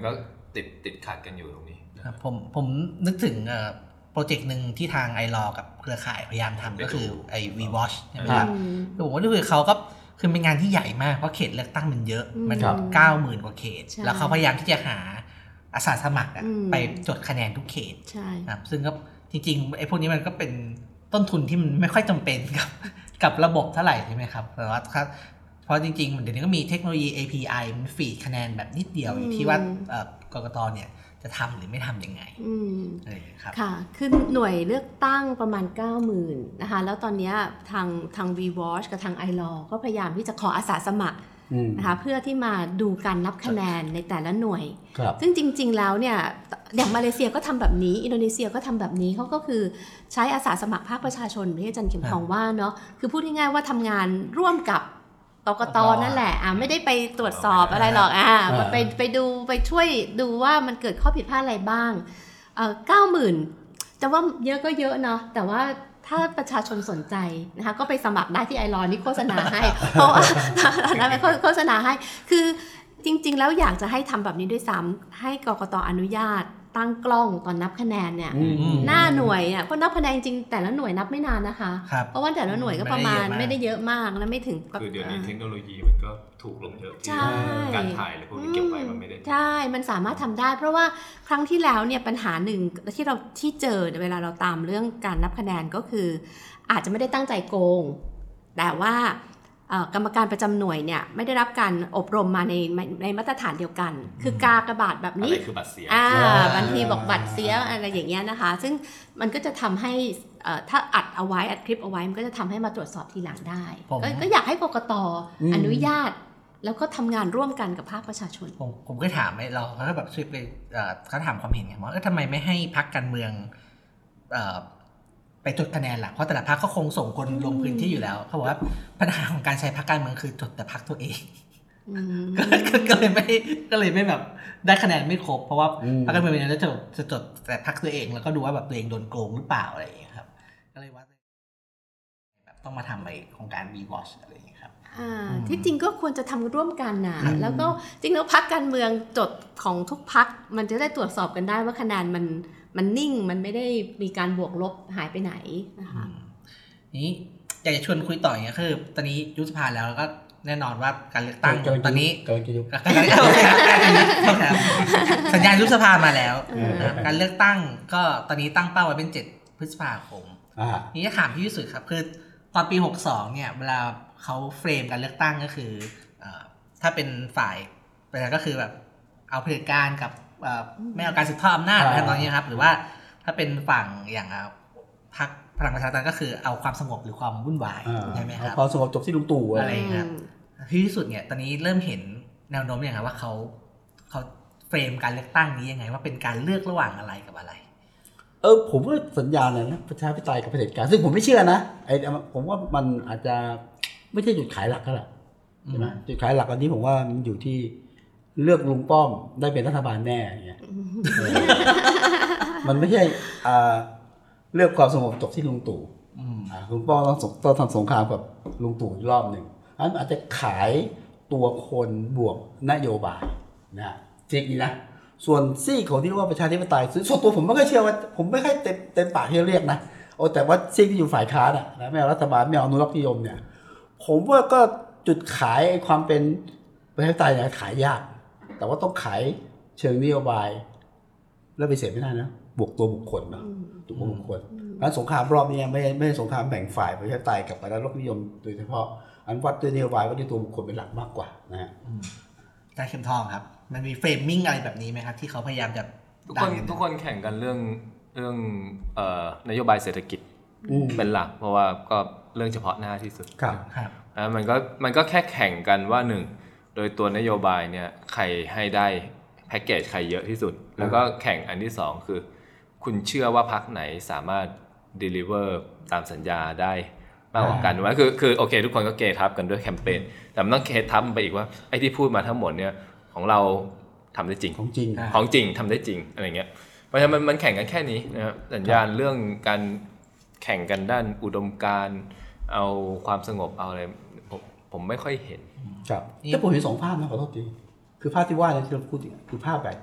ติดติดขัดกันอยู่ตรงนี้ครับผมผมนึกถึงโปรเจกต์หนึ่งที่ทางไอรอกับเครือข่ายพยายามทำก็คือไอ วี-Watch ใช่ไหมครับผมว่าคือเขาก็คือเป็นงานที่ใหญ่มากเพราะเขตเลือกตั้งมันเยอะมันเก้าหมื่นกว่าเขตแล้วเขาพยายามที่จะหาอาสาสมัครไปจดคะแนนทุกเขตครับซึ่งก็จริงๆไอ้พวกนี้มันก็เป็นต้นทุนที่มันไม่ค่อยจำเป็นกับกับระบบเท่าไหร่ใช่ไหมครับแต่ว่าครับเพราะจริงๆเดี๋ยวนี้ก็มีเทคโนโลยี เอ พี ไอ มันฟีดคะแนนแบบนิดเดียวอยู่ที่ว่ากกตเนี่ยจะทำหรือไม่ทำยังไงครับค่ะคือหน่วยเลือกตั้งประมาณ เก้าหมื่น นะคะแล้วตอนนี้ทางทาง วี-Watch กับทาง ไอ แอล โอ ก็พยายามที่จะขออาสาสมัครนะคะเพื่อที่มาดูการนับคะแนนในแต่ละหน่วยซึ่งจริงๆแล้วเนี่ยอย่างมาเลเซียก็ทำแบบนี้อินโดนีเซียก็ทำแบบนี้เขาก็คือใช้อาสาสมัครภาคประชาชนที่อาจารย์เข็มทองว่าเนาะคือพูดง่ายๆว่าทำงานร่วมกับกกต.นั่นแหละอ่ะไม่ได้ไปตรวจสอบอะไรหรอกอ่ะไปไปดูไปช่วยดูว่ามันเกิดข้อผิดพลาดอะไรบ้างเอ่อ เก้าหมื่น จะว่าเยอะก็เยอะเนาะแต่ว่าถ้าประชาชนสนใจนะคะก็ไปสมัครได้ที่ไอรอนนี่โฆษณาให้เพราะว่าตอนนั้นไปโฆษณาให้คือจริงๆแล้วอยากจะให้ทำแบบนี้ด้วยซ้ำให้กกต.อนุญาตตั้งกล้องตอนนับคะแนนเนี่ยหน้าหน่วยอ่ะเพราะนับคะแนนจริงแต่ละหน่วยนับไม่นานนะคะเพราะว่าแต่ละหน่วยก็ประมาณไม่ได้เยอะมากและไม่ถึงคือเดี๋ยวนี้เทคโนโลยีมันก็ถูกลงเยอะที่การถ่ายหรือพวกนี้เก็บไว้มันไม่ได้ใช่มันสามารถทำได้เพราะว่าครั้งที่แล้วเนี่ยปัญหาหนึ่งที่เราที่เจอเวลาเราตามเรื่องการนับคะแนนก็คืออาจจะไม่ได้ตั้งใจโกงแต่ว่ากรรมการประจำหน่วยเนี่ยไม่ได้รับการอบรมมาในในมาตรฐานเดียวกันคือกากระบาดแบบนี้อะไรคือบัตรเสียอ่าบางทีบอกบัตรเสียอะไรอย่างเงี้ยนะคะซึ่งมันก็จะทำให้ถ้าอัดเอาไว้อัดคลิปเอาไว้มันก็จะทำให้มาตรวจสอบทีหลังได้ก็อยากให้กกต.อนุญาตแล้วก็ทำงานร่วมกันกับภาคประชาชนผมผมก็ถามไอ้เราเขาแบบช่วยไปเขาถามความเห็นไงว่าเออทำไมไม่ให้พรรคการเมืองไปจดคะแนนล่ะเพราะแต่ละพรรคก็คงส่งคนลงพื้นที่อยู่แล้วเขาบอกว่าปัญหาของการใช้พรรคการเมืองคือจดแต่พรรคตัวเองก็เลยไม่ก็เลยไม่แบบได้คะแนนไม่ครบเพราะว่าพรรคการเมืองเนี่ยจะจดจะจดแต่พรรคตัวเองแล้วก็ดูว่าแบบตัวเองโดนโกงหรือเปล่าอะไรอย่างเงี้ยครับก็เลยว่าแบบต้องมาทำไอ้โครงการ วี-Watch อะไรอย่างเงี้ยครับที่จริงก็ควรจะทำร่วมกันนะแล้วก็จริงแล้วพรรคการเมืองจดของทุกพรรคมันจะได้ตรวจสอบกันได้ว่าคะแนนมันมันนิ่งมันไม่ได้มีการบวกลบหายไปไหนนะคะนี้อยากจะชวนคุยต่ออย่างเงี้ยคือตอนนี้ยุบสภาแล้วแล้วก็แน่นอนว่าการเลือกตั้งตอนนี้สัญญาณยุบสภามาแล้วการเลือกตั้งก็ตอนนี้ตั้งเป้าไว้เป็นเจ็ดพฤษภาคมนี่จะถามพี่วิสุทธิ์ครับคือตอนปีหกสิบสองเนี่ยเวลาเขาเฟรมการเลือกตั้งก็คือถ้าเป็นฝ่ายประชาก็คือแบบเอาเผด็จการกับไม่เอาการสืบทอดอำนาจอะไรตอนนี้ครับหรือว่าถ้าเป็นฝั่งอย่างพรรคพลังประชารัฐก็คือเอาความสงบหรือความวุ่นวายใช่ไหมครับความสงบจบที่ลุงตู่อะไรครับที่สุดเนี่ยตอนนี้เริ่มเห็นแนวโน้มอย่างไรว่าเขาเขาเฟรมการเลือกตั้งนี้ยังไงว่าเป็นการเลือกระหว่างอะไรกับอะไรเออผมว่าสัญญาณนะประชาธิปไตยกับเผด็จการซึ่งผมไม่เชื่อนะไอ้ผมว่ามันอาจจะไม่ใช่จุดขายหลักก็แหละใช่ไหมจุดขายหลักอันนี้ผมว่ามันอยู่ที่เลือกลุงป้อมได้เป็นรัฐบาลแน่อย่างเงี้ยมันไม่ใช่เลือกความสงบจบที่ลุงตู่ลุงป้อมต้องต้องทำสงครามกับลุงตู่อีกรอบหนึ่งอันอาจจะขายตัวคนบวกนโยบายนะจริงนะส่วนซี่ของที่เรียกว่าประชาธิปไตยส่วนตัวผมไม่ค่อยเชื่อว่าผมไม่ค่อยเต็มเต็มปากที่จะเรียกนะโอ้แต่ว่าซี่ที่อยู่ฝ่ายค้านอ่ะนะไม่เอารัฐบาลไม่เอาอนุรักษ์นิยมเนี่ยผมว่าก็จุดขายความเป็นประชาธิปไตยเนี่ยขายยากแต่ว่าต้องขายเชิงนโยบายแล้วไปเสียไม่ได้นะบวกตัวบุคคลนะตัวบุคคลแล้วสงครามรอบนี้ไม่ไม่ใช่สงครามแบ่งฝ่ายประชาธิปไตยกับอนุรักษ์นิยมโดยเฉพาะอันวัดด้วยนโยบายวัดด้วยตัวบุคคลเป็นหลักมากกว่านะฮะอาจารย์เข็มทองครับมันมีเฟรมมิ่งอะไรแบบนี้ไหมครับที่เขาพยายามจะทุกคนทุกคนแข่งกันเรื่องเรื่องเอ่อนโยบายเศรษฐกิจเป็นหลักเพราะว่าก็เรื่องเฉพาะหน้าที่สุดครับนะมันก็มันก็แค่แข่งกันว่าหนึ่งโดยตัวนโยบายเนี่ยใครให้ได้แพ็กเกจใครเยอะที่สุดแล้วก็แข่งอันที่สองคือคุณเชื่อว่าพรรคไหนสามารถ deliver ตามสัญญาได้มากกว่ากันว่าคือคือโอเคทุกคนก็เกทับกันด้วยแคมเปญแต่มันต้องเกทับไปอีกว่าไอ้ที่พูดมาทั้งหมดเนี่ยของเราทำได้จริงของจริงของจริงทำได้จริงอะไรเงี้ยเพราะฉะนั้นมันมันแข่งกันแค่นี้นะครับสัญญาณเรื่องการแข่งกันด้านอุดมการณ์เอาความสงบเอาอะไรผมผมไม่ค่อยเห็นครับแต่ผมเห็นสองภาพนะขอโทษทีคือภาพที่ว่าเนี่ยที่เราพูดคือภาพแบบ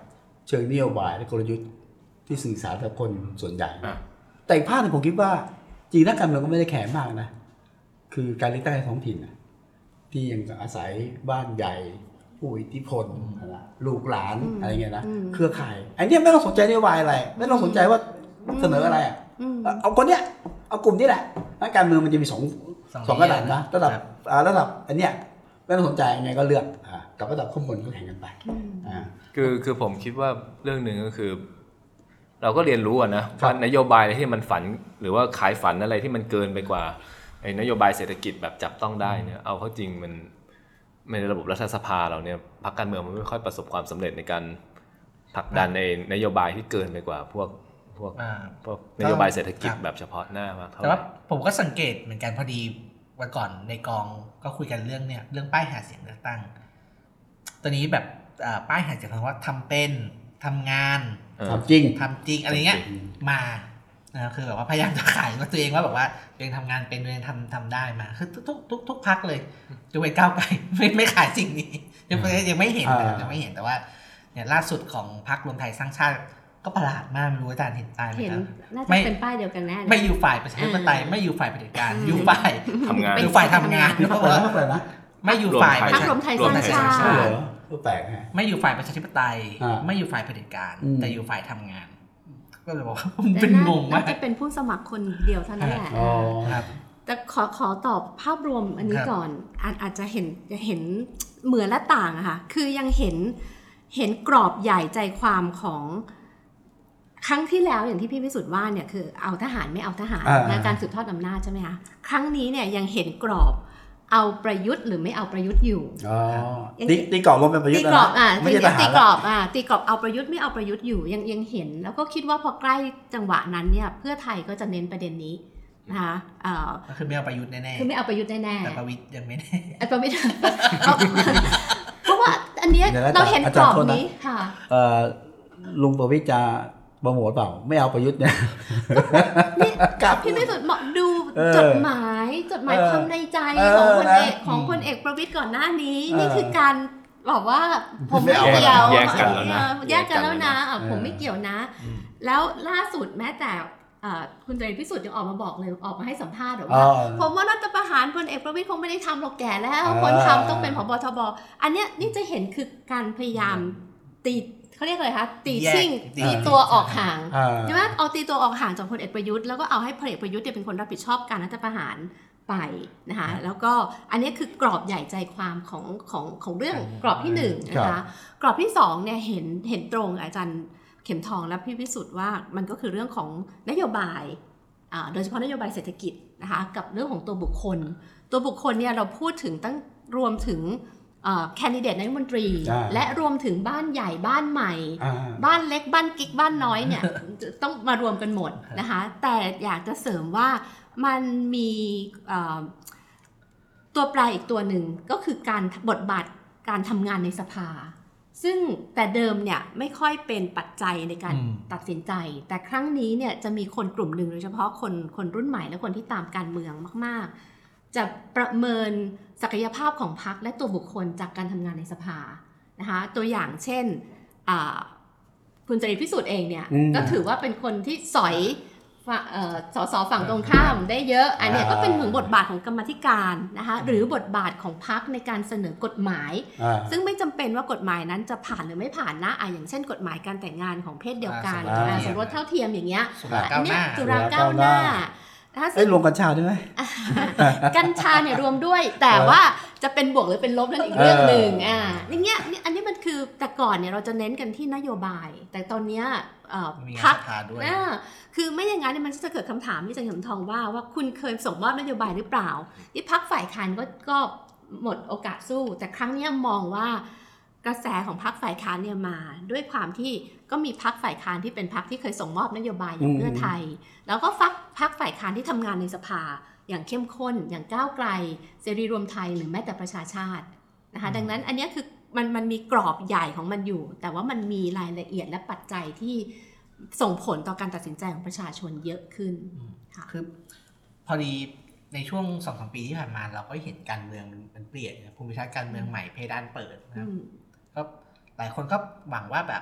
เชิงนโยบายและกลยุทธ์ที่สื่อสารกับคนส่วนใหญ่แต่อีกภาคนึงผมคิดว่าจริงนักการเมืองก็ไม่ได้แข็งมากนะคือการเลือกตั้งในท้องถิ่นที่ยังอาศัยบ้านใหญ่ผู้อิทธิพลนะลูกหลานอะไรเงี้ยนะเครือข่ายไอ้นี่ไม่ต้องสนใจนโยบายอะไรไม่ต้องสนใจว่าเสนออะไรอ่ะเอาคนเนี้ยเอากลุ่มนี้แหละนักการเมืองมันจะมีสองสองระดับนะระดับระดับอันเนี้ยไม่ต้องสนใจยังไงก็เลือกกับระดับข้างบนก็แข่งกันไปคือคือผมคิดว่าเรื่องหนึ่งก็คือ เราก็เรียนรู้อะนะว่านโยบายอะไรที่มันฝันหรือว่าขายฝันอะไรที่มันเกินไปกว่าไอ้นโยบายเศรษฐกิจแบบจับต้องได้เนี่ยเอาเข้าจริงมันในระบบรัฐสภาเราเนี่ยพรรคการเมืองมันไม่ค่อยประสบความสำเร็จในการผลักดันในนโยบายที่เกินไปกว่าพวกพวกพวกนโยบายเศรษฐกิจแบบเฉพาะหน้ามากเท่าไหร่แต่ว่าผมก็สังเกตเหมือนกันพอดีวันก่อนในกองก็คุยกันเรื่องเนี่ยเรื่องป้ายหาเสียงเลือกตั้งตอนนี้แบบป้ายหาเสียงว่าทำเป็นทำงานทำจริงทำจริงอะไรเงี้ยมานะคือแบบว่าพยายามจะขายว่าตัวเองว่าแบบว่าตัวเองทำงานเป็นตัวเองทำทำได้มาคือทุกทุกทุกทุกพักเลยยกเว้นก้าวไกลไม่ไม่ขายสิ่งนี้ยังยังไม่เห็นยังไม่เห็นแต่ว่าเนี่ยล่าสุดของพรรครวมไทยสร้างชาติก็ประหลาดมากไม่รู้อาจารย์เห็นตายไหมครับน่าจะเป็นป้ายเดียวกันแน่ไม่อยู่ฝ่ายประชาธิปไตยไม่อยู่ฝ่ายเผด็จการอยู่ฝ่ายทำงานอยู่ฝ่ายทำงานเพราะว่าไม่อยู่ฝ่ายพรรครวมไทยสร้างชาติก็แปลกฮะไม่อยู่ฝ่ายประชาธิปไตยไม่อยู่ฝ่ายเผด็จการแต่อยู่ฝ่ายทำงานก็เลยบอกว่ามันเป็นงงมากน่าจะเป็นผู้สมัครคนเดียวเท่านั้นแหละแต่ขอขอตอบภาพรวมอันนี้ก่อนอาจอาจจะเห็นจะเห็นเหมือนและต่างอะค่ะคือยังเห็นเห็นกรอบใหญ่ใจความของครั้งที่แล้วอย่างที่พี่พิสุทธิ์ว่าเนี่ยคือเอาทหารไม่เอาทหารในการสืบทอดอำนาจใช่ไหมคะครั้งนี้เนี่ยยังเห็นกรอบเอาประยุทธ์หรือไม่เอาประยุทธ์อยู่ตีตีกรอบว่าเป็นประยุทธ์ตีกรอบอ่ะไม่ใช่ทหารตีกรอบอ่ะตีกรอบเอาประยุทธ์ไม่เอาประยุทธ์อยู่ยังยังเห็นแล้วก็คิดว่าพอใกล้จังหวะนั้นเนี่ยเพื่อไทยก็จะเน้นประเด็นนี้นะคะก็คือไม่เอาประยุทธ์แน่ๆคือไม่เอาประยุทธ์แน่ๆแต่ประวิตรยังไม่แน่ประวิตรเพราะว่าอันนี้เราเห็นกรอบนี้ค่ะลุงประวิตรจะโปรโมทเปล่าไม่เอาประยุทธ์เนี่ยนี่พี่พิสุทธิ์ดูจดหมายจดหมายความในใจของพลเอกของพลเอกประวิตรก่อนหน้านี้นี่คือการบอกว่าผมไม่เกี่ยวแยกกันแล้วนะแยกกันแล้วนะผมไม่เกี่ยวนะแล้วล่าสุดแม้แต่คุณเจริญพิสุทธิ์ยังออกมาบอกเลยออกมาให้สัมภาษณ์ว่าผมว่ารัฐประหารพลเอกประวิตรคงไม่ได้ทำหรอกแก่แล้วคนทำต้องเป็นผบ.ทบ.อันเนี้ยนี่จะเห็นคือการพยายามตีเขาเรียกอะไรคะตีชิ่งตีตัวออกห่างใช่ไหมเอาตีตัวออกห่างจากพลเอกประยุทธ์แล้วก็เอาให้พลเอกประยุทธ์เป็นคนรับผิดชอบการรัฐประหารไปนะคะแล้วก็อันนี้คือกรอบใหญ่ใจความของของของเรื่องกรอบที่หนึ่งนะคะกรอบที่สองเนี่ยเห็นเห็นตรงอาจารย์เข็มทองและพี่พิสุทธิ์ว่ามันก็คือเรื่องของนโยบายโดยเฉพาะนโยบายเศรษฐกิจนะคะกับเรื่องของตัวบุคคลตัวบุคคลเนี่ยเราพูดถึงตั้งรวมถึงแคนดิเดตนายกรัฐมนตรีและรวมถึงบ้านใหญ่บ้านใหม่บ้านเล็กบ้านกิ๊กบ้านน้อยเนี่ยต้องมารวมกันหมดนะคะแต่อยากจะเสริมว่ามันมีตัวแปรอีกตัวหนึ่งก็คือการบทบาทการทำงานในสภาซึ่งแต่เดิมเนี่ยไม่ค่อยเป็นปัจจัยในการตัดสินใจแต่ครั้งนี้เนี่ยจะมีคนกลุ่มหนึ่งโดยเฉพาะคนคนรุ่นใหม่และคนที่ตามการเมืองมากๆจะประเมินศักยภาพของพรรคและตัวบุคคลจากการทำงานในสภานะคะตัวอย่างเช่นคุณเจริญพิสุทธิ์เองเนี่ยก็ถือว่าเป็นคนที่สอยสสฝั่งตรงข้ามได้เยอะอันนี้ก็เป็นถึงบทบาทของกรรมธิการนะคะหรือบทบาทของพรรคในการเสนอกฎหมายซึ่งไม่จำเป็นว่ากฎหมายนั้นจะผ่านหรือไม่ผ่านนะอย่างเช่นกฎหมายการแต่งงานของเพศเดียวกันสมรสเท่าเทียมอย่างเงี้ยอันนี้สุราก้าวหน้าไอ้รวมกัญชาด้วยไหมกัญชาเนี่ยรวมด้วยแต่ว่าจะเป็นบวกหรือเป็นลบนั่นอีกเรื่องหนึ่งอ่าอย่างเงี้ยอันนี้มันคือแต่ก่อนเนี่ยเราจะเน้นกันที่นโยบายแต่ตอนเนี้ยพรรคด้วยคือไม่อย่างนั้นมันจะเกิดคำถามที่อาจารย์เข็มทองว่าว่าคุณเคยส่งมอบนโยบายหรือเปล่าที่พรรคฝ่ายค้านก็ก็หมดโอกาสสู้แต่ครั้งนี้มองว่ากระแสของพรรคฝ่ายค้านเนี่ยมาด้วยความที่ก็มีพรรคฝ่ายค้านที่เป็นพรรคที่เคยส่งมอบนโยบายอย่างเพื่อไทยแล้วก็ฟักพรรคฝ่ายค้านที่ทำงานในสภาอย่างเข้มข้นอย่างก้าวไกลเสรีรวมไทยหรือแม้แต่ประชาชาตินะคะดังนั้นอันนี้คือมันมันมีกรอบใหญ่ของมันอยู่แต่ว่ามันมีรายละเอียดและปัจจัยที่ส่งผลต่อการตัดสินใจของประชาชนเยอะขึ้นค่ะคือพอดีในช่วง สองถึงสาม ปีที่ผ่านมาเราก็เห็นการเมืองมันเปลี่ยนภูมิทัศน์การเมืองใหม่เพดานเปิดนะครับก็หลายคนก็หวังว่าแบบ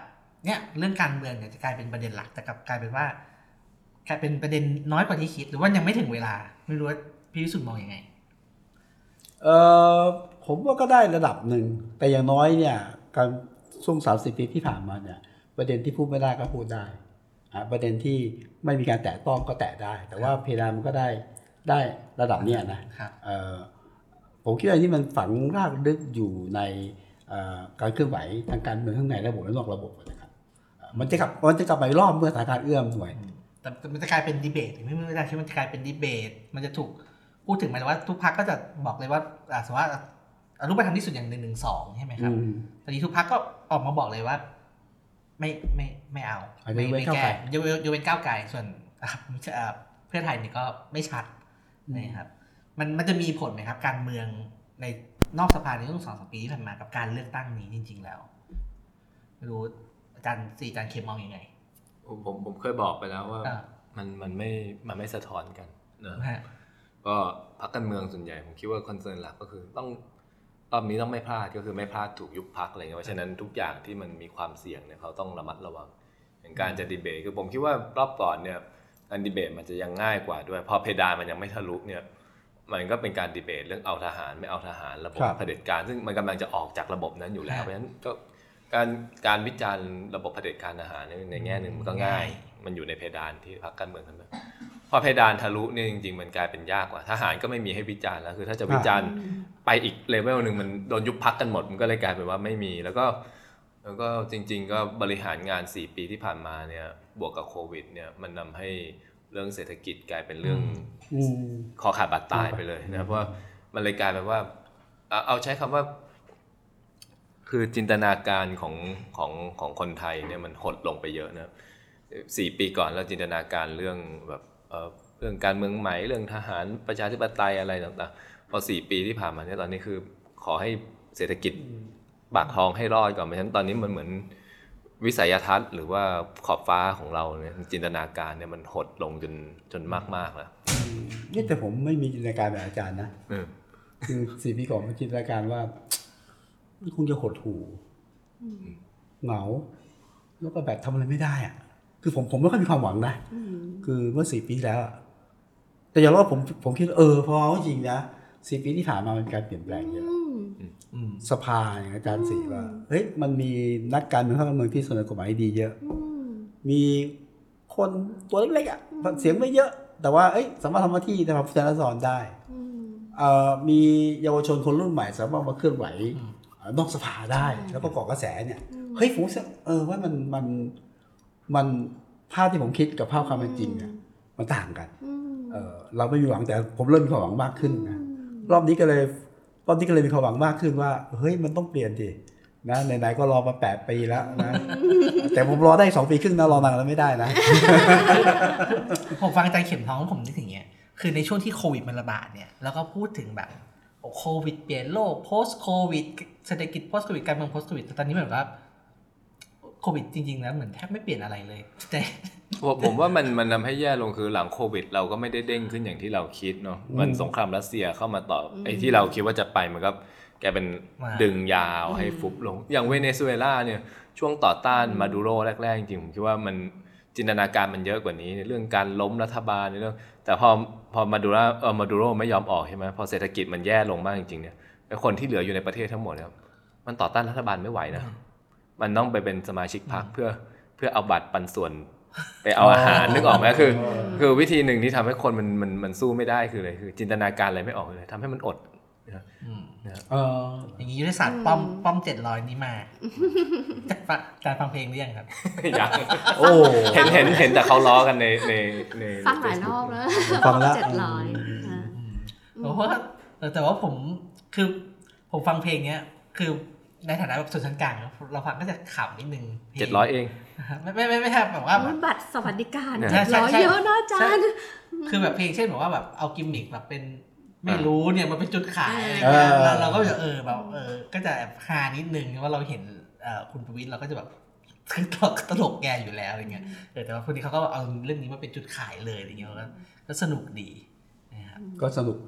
เนี่ยเรื่องการเมืองเนี่ยจะกลายเป็นประเด็นหลักแต่กลับกลายเป็นว่ากลายเป็นประเด็นน้อยกว่าที่คิดหรือว่ายังไม่ถึงเวลาไม่รู้ว่าพี่วิสุทธิ์มองยังไงเออผมว่าก็ได้ระดับหนึ่งแต่อย่างน้อยเนี่ยการช่วงสามสิบปีที่ผ่านมาเนี่ยประเด็นที่พูดไม่ได้ก็พูดได้ประเด็นที่ไม่มีการแตะต้องก็แตะได้แต่ว่าเพดานมันก็ได้ได้ระดับเนี้ยนะผมคิดว่าที่มันฝังรากลึกอยู่ในการเคลื่อนไหวทางการเมืองข้างในระบบและนอกระบบนะครับมันจะกลับมันจะกลับไปรอบเมื่อสถานการณ์เอื้อมหน่วยแต่มันจะกลายเป็นดีเบตไม่ไม่ได้คิดว่ามันจะกลายเป็นดีเบตมันจะถูกพูดถึงหมายถึงว่าทุกพรรคก็จะบอกเลยว่าสมมติว่ารูปธรรมที่สุดอย่างหนึ่งหนึ่งสองใช่ไหมครับตอนนี้ทุกพรรคก็ออกมาบอกเลยว่าไม่ไม่ไม่เอาไม่ไม่แก้ยกยกเว้นก้าวไกลส่วนเพื่อไทยนี่ก็ไม่ชัดนะครับมันมันจะมีผลไหมครับการเมืองในนอกสภาในช่วงสองสามปีที่ผ่านมากับการเลือกตั้งนี้จริงๆแล้วไม่รู้อาจารย์สี่อาจารย์เคมมองยังไงผมผมผมเคยบอกไปแล้วว่ามันมันไม่มันไม่สะท้อนกันนะก็พรรคการเมืองส่วนใหญ่ผมคิดว่าคอนเซิร์นหลักก็คือต้องรอบนี้ต้องไม่พลาดก็คือไม่พลาดถูกยุบพรรคอะไรเงี้ยเพราะฉะนั้นทุกอย่างที่มันมีความเสี่ยงเนี่ยเขาต้องระมัดระวังอย่างการจะดีเบตคือผมคิดว่ารอบก่อนเนี่ยการดีเบตมันจะยังง่ายกว่าด้วยพอเพดานมันยังไม่ทะลุเนี่ยมันก็เป็นการดีเบตเรื่องเอาทหารไม่เอาทหารระบบเผด็จการซึ่งมันกำลังจะออกจากระบบนั้นอยู่แล้วเพราะฉะนั้นก็การการวิจารณ์ระบบเผด็จการทหารในแง่หนึ่งมันก็ง่ายมันอยู่ในเพดานที่พรรคการเมืองทั้งนั้นพอเพดานทะลุเนี่ยจริงๆมันกลายเป็นยากกว่าทหารก็ไม่มีให้วิจารณ์แล้วคือถ้าจะวิจารณ์ไปอีกเลเวลนึงมันโดนยุบพรรคกันหมดมันก็เลยกลายเป็นว่าไม่มีแล้วก็แล้วก็จริงๆก็บริหารงานสี่ปีที่ผ่านมาเนี่ยบวกกับโควิดเนี่ยมันนำให้เรื่องเศรษฐกิจกลายเป็นเรื่องคอขาดบาดตายไปเลยนะเพราะมันเลยกลายเป็นว่าเอาใช้คำว่าคือจินตนาการของของของคนไทยเนี่ยมันหดลงไปเยอะนะสี่ปีก่อนเราจินตนาการเรื่องแบบเอ่อเรื่องการเมืองใหม่เรื่องทหารประชาธิปไตยอะไรต่างๆพอสี่ปีที่ผ่านมาเนี่ยตอนนี้คือขอให้เศรษฐกิจปากท้องให้รอดก่อนเพราะฉะนั้นตอนนี้มันเหมือนวิสัยทัศน์หรือว่าขอบฟ้าของเราเนี่ยจินตนาการเนี่ยมันหดลงจนจนมากๆแล้วนี่แต่ผมไม่มีจินตนาการแบบอาจารย์นะคือสี่ปีก่อนผมจินตนาการว่าคงจะหดหู่เหงาแล้วก็แบบทำอะไรไม่ได้อ่ะคือผมผมไม่ค่อยมีความหวังนะคือเมื่อสี่ปีแล้วแต่อย่างว่าผมผมคิดเออพอจริงนะสี่ปีที่ผ่านมามันการเปลี่ยนแปลงเยอะสภาอย่างอาจารย์สีว่าเฮ้ยมันมีนักการเมืองการเมืองที่เสนอกฎหมายดีเยอะมีคนตัวเล็กๆอ่ะเสียงไม่เยอะแต่ว่าเอ้ยสามารถทำหน้าที่ในสภาผู้แทนราษฎรได้มีเยาวชนคนรุ่นใหม่สามารถมาเคลื่อนไหวนอกสภาได้แล้วก็ก่อกระแสเนี่ยเฮ้ยผมเออว่ามันมันมันภาพที่ผมคิดกับภาพความเป็นจริงเนี่ยมันต่างกันเออเราไม่มีหวังแต่ผมเริ่มมีความหวังมากขึ้นนะรอบนี้ก็เลยรอบนี้ก็เลยมีความหวังมากขึ้นว่าเฮ้ยมันต้องเปลี่ยนดินะไหนๆก็รอมาแปดปีแล้วนะแต่ผมรอได้สองปีครึ่งนะรอนานแล้วไม่ได้นะผมฟังอาจารย์เข็มทองผมนึกถึงเงี้ยคือในช่วงที่โควิดมันระบาดเนี่ยแล้วก็พูดถึงแบบโควิดเปลี่ยนโลก post โควิดเศรษฐกิจ post โควิดการเมือง post โควิดแต่ตอนนี้เหมือนว่าโควิดจริงๆแล้วเหมือนแทบไม่เปลี่ยนอะไรเลยแต่ผมว่ามันมันทำให้แย่ลงคือหลังโควิดเราก็ไม่ได้เด้งขึ้นอย่างที่เราคิดเนาะมันสงครามรัสเซียเข้ามาต่อไอ้ที่เราคิดว่าจะไปมันก็แกเป็นดึงยาวให้ฟุบลงอย่างเวเนซุเอลาเนี่ยช่วงต่อต้านมาดูโรแรกๆจริงๆผมคิดว่ามันจินตนาการมันเยอะกว่านี้ในเรื่องการล้มรัฐบาลในเรื่องแต่พอพอมาดูโรเออมาดูโรไม่ยอมออกใช่ไหมพอเศรษฐกิจมันแย่ลงมากจริงๆเนี่ยไอ้คนที่เหลืออยู่ในประเทศทั้งหมดเนี่ยมันต่อต้านรัฐบาลไม่ไหวนะมันต้องไปเป็นสมาชิกพรรคเพื่อเพื่อเอาบัตรปันส่วนไปเอาอาหารนึกออกไหมคือคือวิธีหนึ่งที่ทำให้คนมันมันมันสู้ไม่ได้คืออะไรคือจินตนาการอะไรไม่ออกเลยทำให้มันอดเอออย่างนี้ยุทธศาสตร์ป้อมป้อมเจ็ดร้อยนี้มาการฟังเพลงหรือยังครับยังโอ้เห็นเห็นเห็นแต่เขาล้อกันในในในฟังหลายรอบแล้วฟังแล้วเจ็ดร้อยเพราะว่าแต่ว่าผมคือผมฟังเพลงเนี้ยคือในฐานะแบบส่วนชั้นกลางเราฟังก็จะขำนิดนึงเจ็ดร้อยเองไม่ไม่ไม่ไม่ครับแบบว่าบัตรสวัสดิการเจ็ดร้อยเยอะนะอาจารย์คือแบบเพลงเช่นแบบว่าแบบเอากิมมิคแบบเป็นไม่รู้เนี่ยมันเป็นจุดขายอะไรเงี้ยเราก็จะเออแบบเออก็จะฮานิดนึงว่าเราเห็นคุณประวิตรเราก็จะแบบตลกแกอยู่แล้วอะไรเงี้ยแต่ว่าพอดีเขาก็เอาเรื่องนี้มาเป็นจุดขายเลยอะไรเงี้ยก็สนุกดีนะครับก็สนุก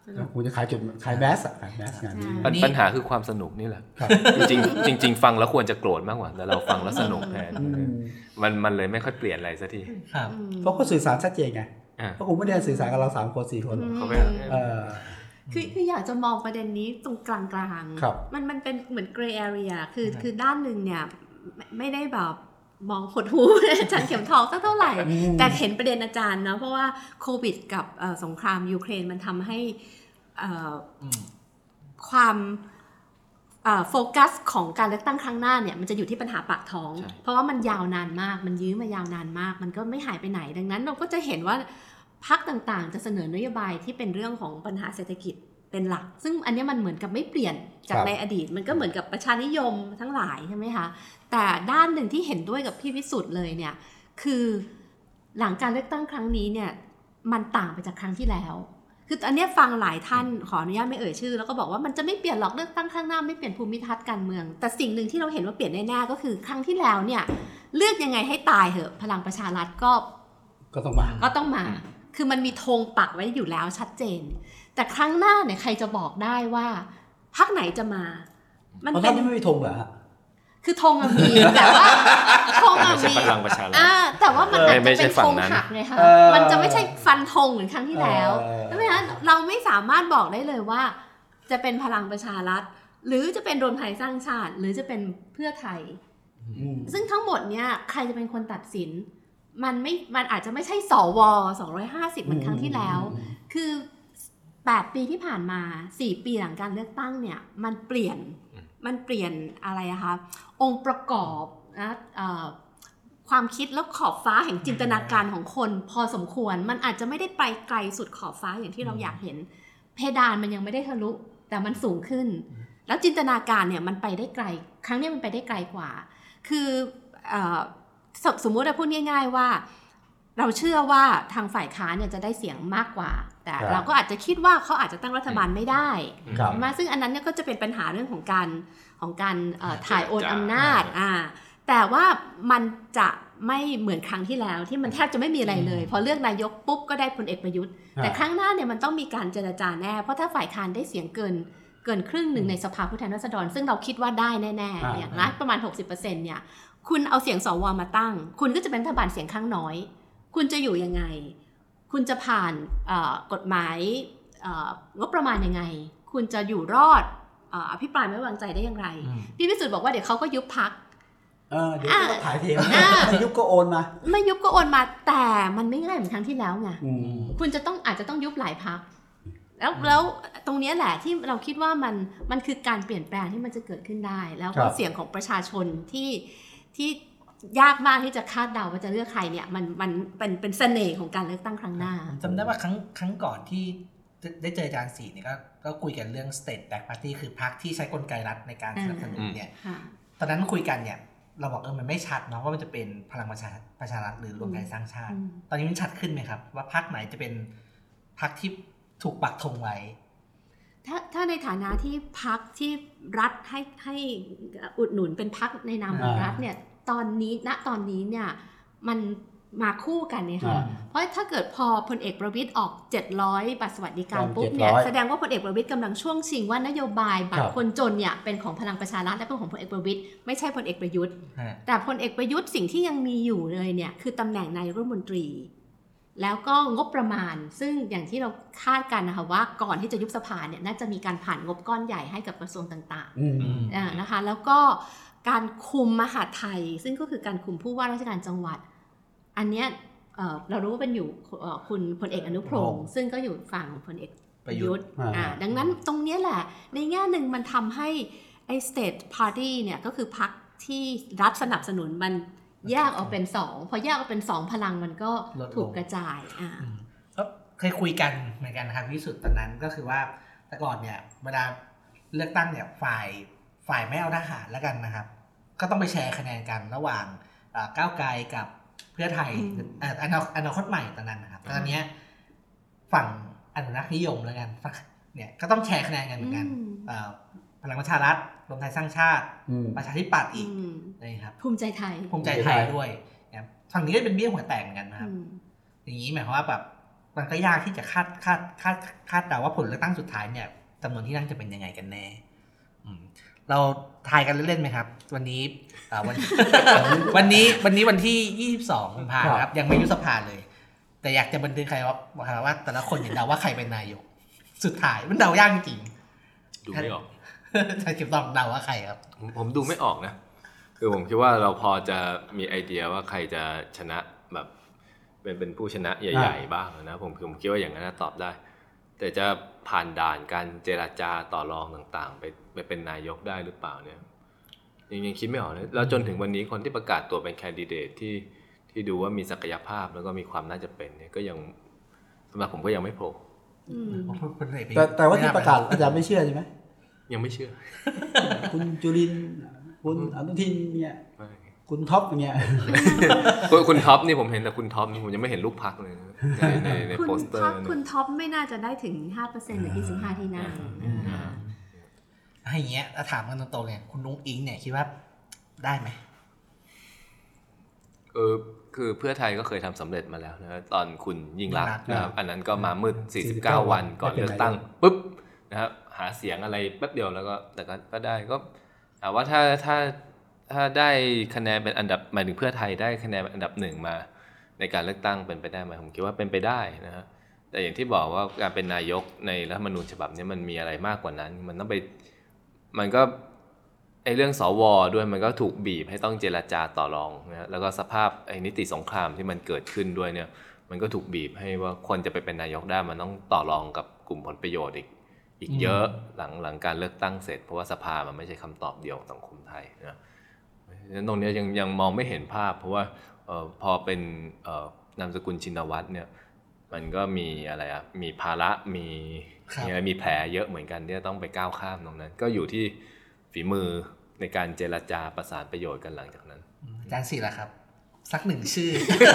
คงจะขายจุดขายแมสขายแมสงานนี้ปัญปัญหาคือความสนุกนี่แหละจริงจริงจริงๆฟังแล้วควรจะโกรธมากกว่าแต่เราฟังแล้วสนุกแทนมันมันเลยไม่ค่อยเปลี่ยนอะไรสักทีเพราะเขาสื่อสารชัดเจนไงเพราะผมไม่ได้สื่อสารกับเราสามคนสี่คนเขาไม่คือคืออยากจะมองประเด็นนี้ตรงกลางๆมันมันเป็นเหมือน gray area คือคือด้านหนึ่งเนี่ยไม่ได้แบบมองหดหูอาจารย์เข็มทองสักเท่าไหร่แต่เห็นประเด็นอาจารย์เนาะเพราะว่าโควิดกับสงครามยูเครนมันทำให้ความโฟกัสของการเลือกตั้งครั้งหน้าเนี่ยมันจะอยู่ที่ปัญหาปากท้องเพราะว่ามันยาวนานมากมันยื้อมายาวนานมากมันก็ไม่หายไปไหนดังนั้นเราก็จะเห็นว่าพรรคต่างๆจะเสนอนโยบายที่เป็นเรื่องของปัญหาเศรษฐกิจเป็นหลักซึ่งอันนี้มันเหมือนกับไม่เปลี่ยนจากในอดีตมันก็เหมือนกับประชานิยมทั้งหลายใช่ไหมคะแต่ด้านหนึ่งที่เห็นด้วยกับพี่วิสุทธ์เลยเนี่ยคือหลังการเลือกตั้งครั้งนี้เนี่ยมันต่างไปจากครั้งที่แล้วคืออันนี้ฟังหลายท่านขออนุญาตไม่เอ่ยชื่อแล้วก็บอกว่ามันจะไม่เปลี่ยนหรอกเลือกตั้งข้างหน้าไม่เปลี่ยนภูมิทัศน์การเมืองแต่สิ่งหนึ่งที่เราเห็นว่าเปลี่ยนแน่ๆก็คือครั้งที่แล้วเนี่ยเลือกยังไงให้ตายเหอะพลังประชารัฐก็ก็ต้องมาก็ต้องมาคือมันมีธงปักไว้อยู่แล้วชัดเจนแต่ครั้งหน้าเนี่ยใครจะบอกได้ว่าพรรคไหนจะมามันเป็นไม่มีธงเหรอฮะคือธงมีแต่ว่าธงมีอ่าแต่ว่ามันจะเป็นธงหักไงคะมันจะไม่ใช่ฟันธงเหมือนครั้งที่แล้วใช่ไหมคะเราไม่สามารถบอกได้เลยว่าจะเป็นพลังประชารัฐหรือจะเป็นรวมไทยสร้างชาติหรือจะเป็นเพื่อไทยซึ่งทั้งหมดเนี่ยใครจะเป็นคนตัดสินมันไม่มันอาจจะไม่ใช่สวสองร้อยห้าสิบเหมือนครั้งที่แล้วคือแปดปีที่ผ่านมาสี่ปีหลังการเลือกตั้งเนี่ยมันเปลี่ยนมันเปลี่ยนอะไรอะคะองค์ประกอบนะความคิดแล้วขอบฟ้าแห่งจินตนาการของคนพอสมควรมันอาจจะไม่ได้ไปไกลสุดขอบฟ้าอย่างที่เราอยากเห็นเพดานมันยังไม่ได้ทะลุแต่มันสูงขึ้นแล้วจินตนาการเนี่ยมันไปได้ไกลครั้งนี้มันไปได้ไกลกว่าคือสมมุติเราพูดง่ายๆว่าเราเชื่อว่าทางฝ่ายค้านเนี่ยจะได้เสียงมากกว่าแต่เราก็อาจจะคิดว่าเขาอาจจะตั้งรัฐบาลไม่ได้มาซึ่งอันนั้นเนี่ยก็จะเป็นปัญหาเรื่องของการของการถ่ายโอนอำนาจอ่าแต่ว่ามันจะไม่เหมือนครั้งที่แล้วที่มันแทบจะไม่มีอะไรเลยพอเลือกนายกปุ๊บก็ได้พลเอกประยุทธ์แต่ครั้งหน้าเนี่ยมันต้องมีการเจรจาแน่เพราะถ้าฝ่ายค้านได้เสียงเกินเกินครึ่งหนึ่งในสภาผู้แทนราษฎรซึ่งเราคิดว่าได้แน่ๆอย่างนั้นประมาณ หกสิบเปอร์เซ็นต์ เนี่ยคุณเอาเสียงสวมาตั้งคุณก็จะเป็นรัฐบาลเสียงข้างน้อยคุณจะอยู่ยังไงคุณจะผ่านกฎหมายงบประมาณยังไงคุณจะอยู่รอดอภิปรายไม่ไว้วางใจได้อย่างไรพี่วิสุทธ์บอกว่าเดี๋ยวเขาก็ยุบพรรคเออเดี๋ยวก็ถ่ายเทไม่ยุบก็โอนมาไม่ยุบก็โอนมาแต่มันไม่ง่ายเหมือนครั้งที่แล้วไงคุณจะต้องอาจจะต้องยุบหลายพรรคแล้วแล้วตรงนี้แหละที่เราคิดว่ามันมันคือการเปลี่ยนแปลงที่มันจะเกิดขึ้นได้แล้วก็เสียงของประชาชนที่ที่ยากมากที่จะคาดเดาว่าจะเลือกใครเนี่ยมันมันเป็นเป็นเสน่ห์ของการเลือกตั้งครั้งหน้าจำได้ว่าครั้งครั้งก่อนที่ได้เจออาจารย์ศรีเนี่ยก็ก็คุยกันเรื่อง state back party คือพรรคที่ใช้กลไกรัฐในการสนับสนุนเนี่ยตอนนั้นคุยกันเนี่ยเราบอกเออมันไม่ชัดเนาะว่ามันจะเป็นพลังประชาประชารัฐหรือรวมไทยสร้างชาติตอนนี้มันชัดขึ้นไหมครับว่าพรรคไหนจะเป็นพรรคที่ถูกปักธงไว้ถ้าถ้าในฐานะที่พรรคที่รัฐให้ให้อุดหนุนเป็นพรรคในนามของรัฐเนี่ยตอนนี้ณตอนนี้เนี่ยมันมาคู่กันเนี่ยค่ะเพราะถ้าเกิดพอพลเอกประวิตรออกเจ็ดร้อยบัตรสวัสดิการปุ๊บเนี่ยแสดงว่าพลเอกประวิตรกำลังช่วงชิงว่านโยบายบัตรคนจนเนี่ยเป็นของพลังประชารัฐและเป็นของพลเอกประวิตรไม่ใช่พลเอกประยุทธ์แต่พลเอกประยุทธ์สิ่งที่ยังมีอยู่เลยเนี่ยคือตำแหน่งนายกรัฐมนตรีแล้วก็งบประมาณซึ่งอย่างที่เราคาดกันนะคะว่าก่อนที่จะยุบสภาเนี่ยน่าจะมีการผ่านงบก้อนใหญ่ให้กับกระทรวงต่างๆนะคะแล้วก็การคุมมหาดไทยซึ่งก็คือการคุมผู้ว่าราชการจังหวัดอันเนี้ย เ, เรารู้ว่าเป็นอยู่คุณพลเอกอนุพงศ์ซึ่งก็อยู่ฝั่งพลเอกประยุทธ์ดังนั้นตรงนี้แหละในแง่หนึ่งมันทำให้ไอ้ state party เนี่ยก็คือพรรคที่รัฐสนับสนุนมันแยกออกเป็นสองพอแยกออกเป็นสองพลังมันก็ถูกกระจายอ่าก็เคยคุยกันเหมือนกันนะครับที่สุดตอนนั้นก็คือว่าแต่ก่อนเนี่ยเวลาเลือกตั้งเนี่ยฝ่ายฝ่ายไม่เอาทหารแล้วกันนะครับก็ต้องไปแชร์คะแนนกันระหว่างก้าวไกลกับเพื่อไทยอนาคตใหม่ตอนนั้นนะครับตอนนี้ฝั่งอนุรักษ์นิยมแล้วกันเนี่ยก็ต้องแชร์คะแนนกันเหมือนกันพลังประชารัฐรวมไทยสร้างชาติประชาธิปัตย์อีกนะครับภูมิใจไทยภูมิใจไทยด้วยฝั่งนี้ก็เป็นเบี้ยหัวแตกเหมือนกันนะครับอย่างนี้หมายความว่าแบบมันก็ยากที่จะคาดคาดคาดคาดเดาว่าผลเลือกตั้งสุดท้ายเนี่ยจำนวนที่นั่งจะเป็นยังไงกันแน่เราทายกันเล่นๆไหมครับวันนี้วัน วันนี้วันนี้วันที่ยี่สิบสองกุมภาพันธ์ครับยังไม่ยุบสภาเลยแต่อยากจะบันทึกใครว่าว่าแต่ละคนเนี่ยเดาว่าใครเป็นนายกสุดท้ายมันเดายากจริงดูไม่ออกใช่เก็บต้องเดาว่าใครครับผมดูไม่ออกนะคือผมคิดว่าเราพอจะมีไอเดียว่าใครจะชนะแบบเป็นเป็นผู้ชนะใหญ่ๆบ้างนะผมผมคิดว่าอย่างนั้นตอบได้แต่จะผ่านด่านการเจรจาต่อรองต่างๆไปไปเป็นนายกได้หรือเปล่าเนี่ยยังยังคิดไม่ออกเลยแล้วจนถึงวันนี้คนที่ประกาศตัวเป็นแคนดิเดตที่ที่ดูว่ามีศักยภาพแล้วก็มีความน่าจะเป็นเนี่ยก็ยังสำหรับผมก็ยังไม่โผล่แต่แต่ว่าที่ประกาศอาจารย์ไม่เชื่อใช่ไหมยังไม่เชื่อคุณจุรินทร์คุณอนุทินเนี่ยคุณท็อปอย่างเงี้ยคุณท็อปนี่ผมเห็นแต่คุณท็อปนี่ผมยังไม่เห็นรูปพรรคเลยในในในโปสเตอร์คุณท็อปไม่น่าจะได้ถึง ห้าเปอร์เซ็นต์ หรือยี่สิบห้าที่นั่งให้อย่างเงี้ยถ้าถามกันตรงๆเนี่ยคุณนุ้งอิงเนี่ยคิดว่าได้ไหมเออคือเพื่อไทยก็เคยทำสำเร็จมาแล้วนะตอนคุณยิ่งรักษณ์นะครับอันนั้นก็มามืดสี่สิบเก้าวันก่อนเลือกตั้งปุ๊บนะครับหาเสียงอะไรแป๊บเดียวแล้วก็แต่ก็ก็ได้ก็แต่ว่าถ้าถ้าถ้าได้คะแนนเป็นอันดับหมายถึงเพื่อไทยได้คะแนนเป็นอันดับหนึ่งมาในการเลือกตั้งเป็นไปได้ไหมผมคิดว่าเป็นไปได้นะฮะแต่อย่างที่บอกว่าการเป็นนายกในรัฐธรรมนูญฉบับนี้มันมีอะไรมากกว่านั้นมันต้องไปมันก็ไอ้เรื่องสวด้วยมันก็ถูกบีบให้ต้องเจรจาต่อรองนะแล้วก็สภาพไอ้นิติสงครามที่มันเกิดขึ้นด้วยเนี่ยมันก็ถูกบีบให้ว่าคนจะไปเป็นนายกได้มันต้องต่อรองกับกลุ่มผลประโยชน์อีกอีกเยอะหลังหลังการเลือกตั้งเสร็จเพราะว่าสภามันไม่ใช่คำตอบเดียวของสังคมไทยนะฉะนั้นตรงนี้ยังยังมองไม่เห็นภาพเพราะว่าเอ่อพอเป็นเอ่อนามสกุลชินวัตรเนี่ยมันก็มีอะไรอ่ะมีภาระมีมีอะไรมีแผลเยอะเหมือนกันที่ต้องไปก้าวข้ามตรงนั้นก็อยู่ที่ฝีมือในการเจรจาประสานประโยชน์กันหลังจากนั้นอาจารย์ศิลป์ล่ะครับสักหนึ่งชื่อ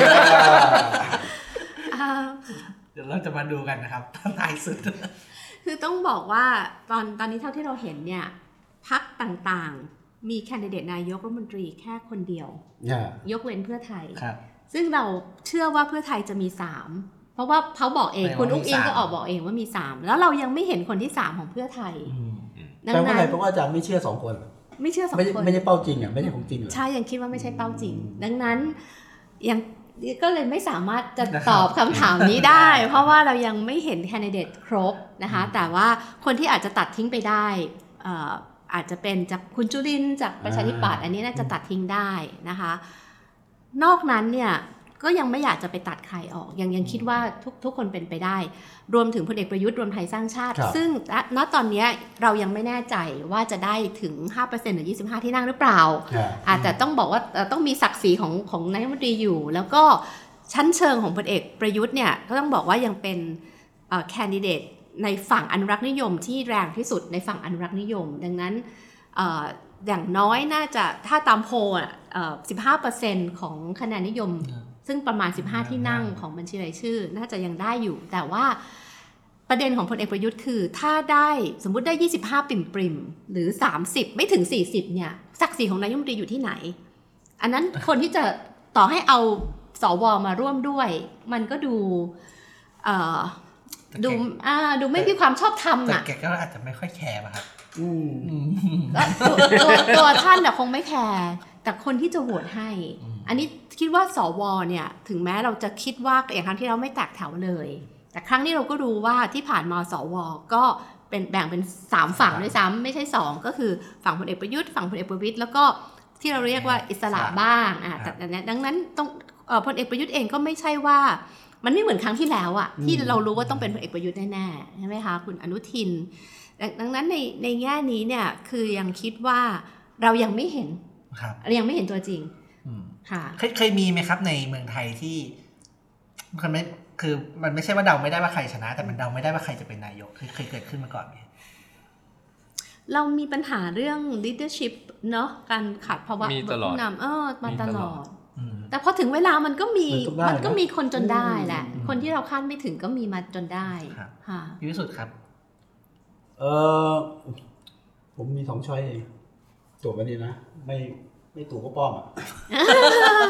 เดี๋ยวเราจะมาดูกันนะครับท้ายสุดคือต้องบอกว่าตอนตอนนี้เท่าที่เราเห็นเนี่ยพรรคต่างๆมีแคนดิเดตนายกรัฐมนตรีแค่คนเดียว yeah. ยกเว้นเพื่อไทยซึ่งเราเชื่อว่าเพื่อไทยจะมีสามเพราะว่าเขาบอกเองคุณอุ้งอิงก็ออกบอกเองว่ามีสามแล้วเรายังไม่เห็นคนที่สามของเพื่อไทยแต่ว่าอะไรเพราะว่าอาจารย์ไม่เชื่อสองคนไม่เชื่อสองคนไม่ใช่เป้าจริงอ่ะไม่ใช่ของจริงใช่ยังคิดว่าไม่ใช่เป้าจริงดังนั้นยังก็เลยไม่สามารถจะตอบคำถามนี้ได้เพราะว่าเรายังไม่เห็นแคนดิเดตครบนะคะแต่ว่าคนที่อาจจะตัดทิ้งไปได้อาจจะเป็นจากคุณจุรินทร์จากประชาธิปัตย์อันนี้น่าจะตัดทิ้งได้นะคะนอกนั้นเนี่ยก็ยังไม่อยากจะไปตัดใครออกยังยังคิดว่าทุกทุกคนเป็นไปได้รวมถึงพลเอกประยุทธ์รวมไทยสร้างชาติซึ่งณตอนนี้เรายังไม่แน่ใจว่าจะได้ถึง ห้าเปอร์เซ็นต์ หรือยี่สิบห้าที่นั่งหรือเปล่าอาจจะต้องบอกว่าต้องมีศักดิ์ศรีของของนายกรัฐมนตรีอยู่แล้วก็ชั้นเชิงของพลเอกประยุทธ์เนี่ยก็ต้องบอกว่ายังเป็นแคนดิเดตในฝั่งอนุรักษ์นิยมที่แรงที่สุดในฝั่งอนุรักษ์นิยมดังนั้นอย่างน้อยน่าจะถ้าตามโพลอ่ะ สิบห้าเปอร์เซ็นต์ ของคะแนนนิยมซึ่งประมาณสิบห้าที่นั่งของบัญชีรายชื่อน่าจะยังได้อยู่แต่ว่าประเด็นของพลเอกประยุทธ์คือถ้าได้สมมุติได้ยี่สิบห้าปริ่มๆหรือสามสิบไม่ถึงสี่สิบเนี่ยศักดิ์ศรีของนายกรัฐมนตรีอยู่ที่ไหนอันนั้นคนที่จะต่อให้เอาสวมาร่วมด้วยมันก็ดูเอ่อดูอ่าดูไม่มีความชอบธรรมอ่ะแต่แกก็อาจจะไม่ค่อยแคร์ป่ะครับอืมตัวตัวตัวท่านน่ะคงไม่แคร์แต่คนที่จะโหวตให้อันนี้คิดว่าสวเนี่ยถึงแม้เราจะคิดว่าอย่างครั้งที่เราไม่แตกแถวเลยแต่ครั้งนี้เราก็รู้ว่าที่ผ่านมาสวก็เป็นแบ่งเป็นสามฝั่งด้วยซ้ำไม่ใช่สองก็คือฝั่งพลเอกประยุทธ์ฝั่งพลเอกประวิตรแล้วก็ที่เราเรียกว่าอิสระบ้างอ่ะแต่ดังนั้นต้องพลเอกประยุทธ์เองก็ไม่ใช่ว่ามันไม่เหมือนครั้งที่แล้วอ่ะที่เรารู้ว่าต้องเป็นพลเอกประยุทธ์แน่ๆใช่ไหมคะคุณอนุทินดังนั้นในในแง่นี้เนี่ยคือยังคิดว่าเรายังไม่เห็นเรายังไม่เห็นตัวจริงค่ะเคยเคยมีไหมครับในเมืองไทยที่มันไม่คือมันไม่ใช่ว่าเดาไม่ได้ว่าใครชนะแต่มันเดาไม่ได้ว่าใครจะเป็นนายกเคยเคยเกิดขึ้นมาก่อนไหมเรามีปัญหาเรื่อง leadership เนาะการขาดภาวะผู้นำเออมาตลอดแต่พอถึงเวลามันก็มีมันก็มีคนจนได้แหละคนที่เราคาดไม่ถึงก็มีมาจนได้ค่ะพี่วิสุทธิ์ครับเออผมมีสองช้อยเองตัวกันนี้นะไม่ไม่ตู่ก็ป้อมอ่ะ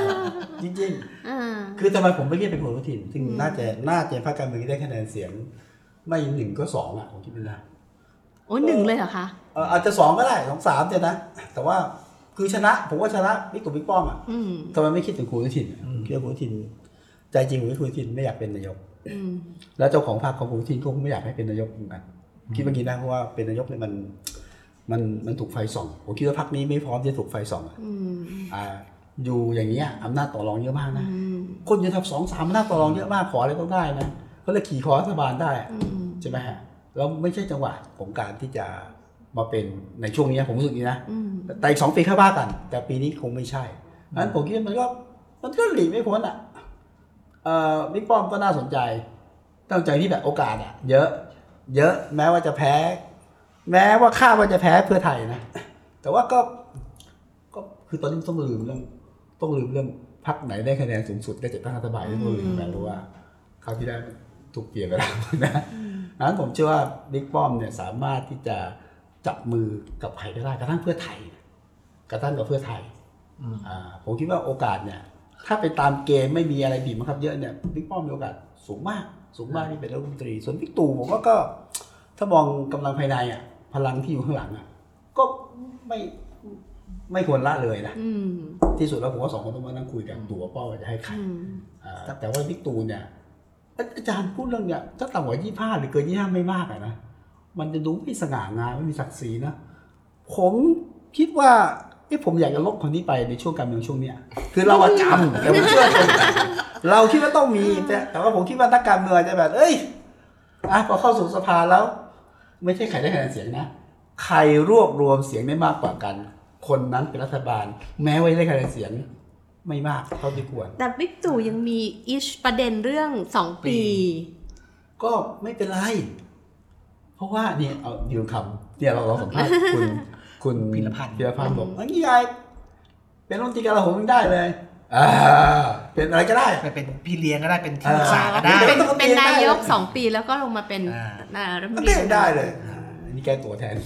จริงๆคือทำไมผมไม่เรียกเป็นคุณอนุทินซึ่งน่าจะน่าจะพรรคการเมืองที่ได้คะแนนเสียงไม่หนึ่งก็สองอ่ะผมคิดว่าโอ้หนึ่งเลยเหรอคะเอออาจจะสองก็ได้สองสามเนี่ยนะแต่ว่าคือชนะผมว่าชนะบิ๊กตู่บิ๊กป้อมอ่ะทำไมไม่คิดถึงคุณอนุทินคิดว่าคุณอนุทินใจจริงของคุณอนุทินไม่อยากเป็นนายกแล้วเจ้าของพรรคของคุณอนุทินก็ไม่อยากให้เป็นนายกเหมือนกันคิดเมื่อกี้นะเพราะว่าเป็นนายกเนี่ยมันมันมันถูกไฟส่องผมคิดว่าพรรคนี้ไม่พร้อมที่จะถูกไฟส่องอ่าอยู่อย่างเงี้ยอำนาจต่อรองเยอะมากนะคนจะทำสองสามอำนาจต่อรองเยอะมากขออะไรต้องได้นะเขาเลยขี่คอรัฐบาลได้ใช่ไหมฮะแล้วไม่ใช่จังหวะของการที่จะมาเป็นในช่วงนี้ผมรู้สึกนี้นะแต่อีกสองปีข้าบ้ากันแต่ปีนี้คงไม่ใช่นั้นผมคิดว่ามันก็มันก็หลีกไม่พ้นอ่ะเอ่อบิ๊กป้อมก็น่าสนใจตั้งใจที่แบบโอกาสอ่ะเยอะเยอะแม้ว่าจะแพ้แม้ว่าคาดว่าจะแพ้เพื่อไทยนะแต่ว่าก็ก็คือตอนนี้ต้องลืมเรื่องต้องลืมเรื่องพรรคไหนได้คะแนนสูงสุดได้จากรัฐบาลที่ต้องลืมไปเพราะว่าคราวที่ได้ถูกเปลี่ยนไปแล้วนะนั้นผมเชื่อว่าบิ๊กป้อมเนี่ยสามารถที่จะจับมือกับใครก็ได้กระทั่งเพื่อไทยกระทั่งกับเพื่อไทยอ่าผมคิดว่าโอกาสเนี่ยถ้าไปตามเกมไม่มีอะไรบีบบังคับเยอะเนี่ยบิ๊กป้อมมีโอกาสสูงมากสูงมากที่เป็นรัฐมนตรีส่วนบิ๊กตู่ผมว่าก็ถ้ามองกำลังภายในอ่ะพลังที่อยู่ข้างหลังอ่ะก็ไม่ไม่ควรละเลยนะที่สุดแล้วผมว่าสองคนต้องมานั่งคุยกันตัวป้อจะให้ใครแต่ว่าบิ๊กตู่เนี่ยอาจารย์พูดเรื่องเนี่ยถ้าต่ำกว่ายี่สิบห้าหรือเกินยี่สิบห้าไม่มากอะนะมันจะดูไม่สง่างามไม่มีศักดิ์ศรีนะผมคิดว่าเอ๊ะผมอยากจะลบคนนี้ไปในช่วงการเมืองช่วงเนี้ยคือเราจำแต่ผมเชื่อเราคิดว่าต้องมีแต่แต่ว่าผมคิดว่านักการเมืองจะแบบเอ้ยอ่ะพอเข้าสู่สภาแล้วไม่ใช่ใครได้คะแนนเสียงนะใครรวบรวมเสียงได้มากกว่ากันคนนั้นเป็นรัฐบาลแม้ว่าจะได้คะแนนเสียงไม่มากเท่าที่ควรแต่บิ๊กตู่ยังมีอิชประเด็นเรื่องสองปีก็ไม่เป็นไรเพราะว่าเนี่ยเอายืมคำเนี่ยเราเราสัมภาษณ์คุณคุณพิรพันธ์พิรพันธ์บอกอันนี้ไงเป็นรัฐมนตรีกลาโหมได้เลยอ่าเป็นอะไรก็ได้เป็นพี่เลี้ยงก็ได้เป็นที่ปรึกษาก็ได้เป็นเป็นนายกสองปีแล้วก็ลงมาเป็นรัฐมนตรีได้เลยอันนี้แก้ตัวแทน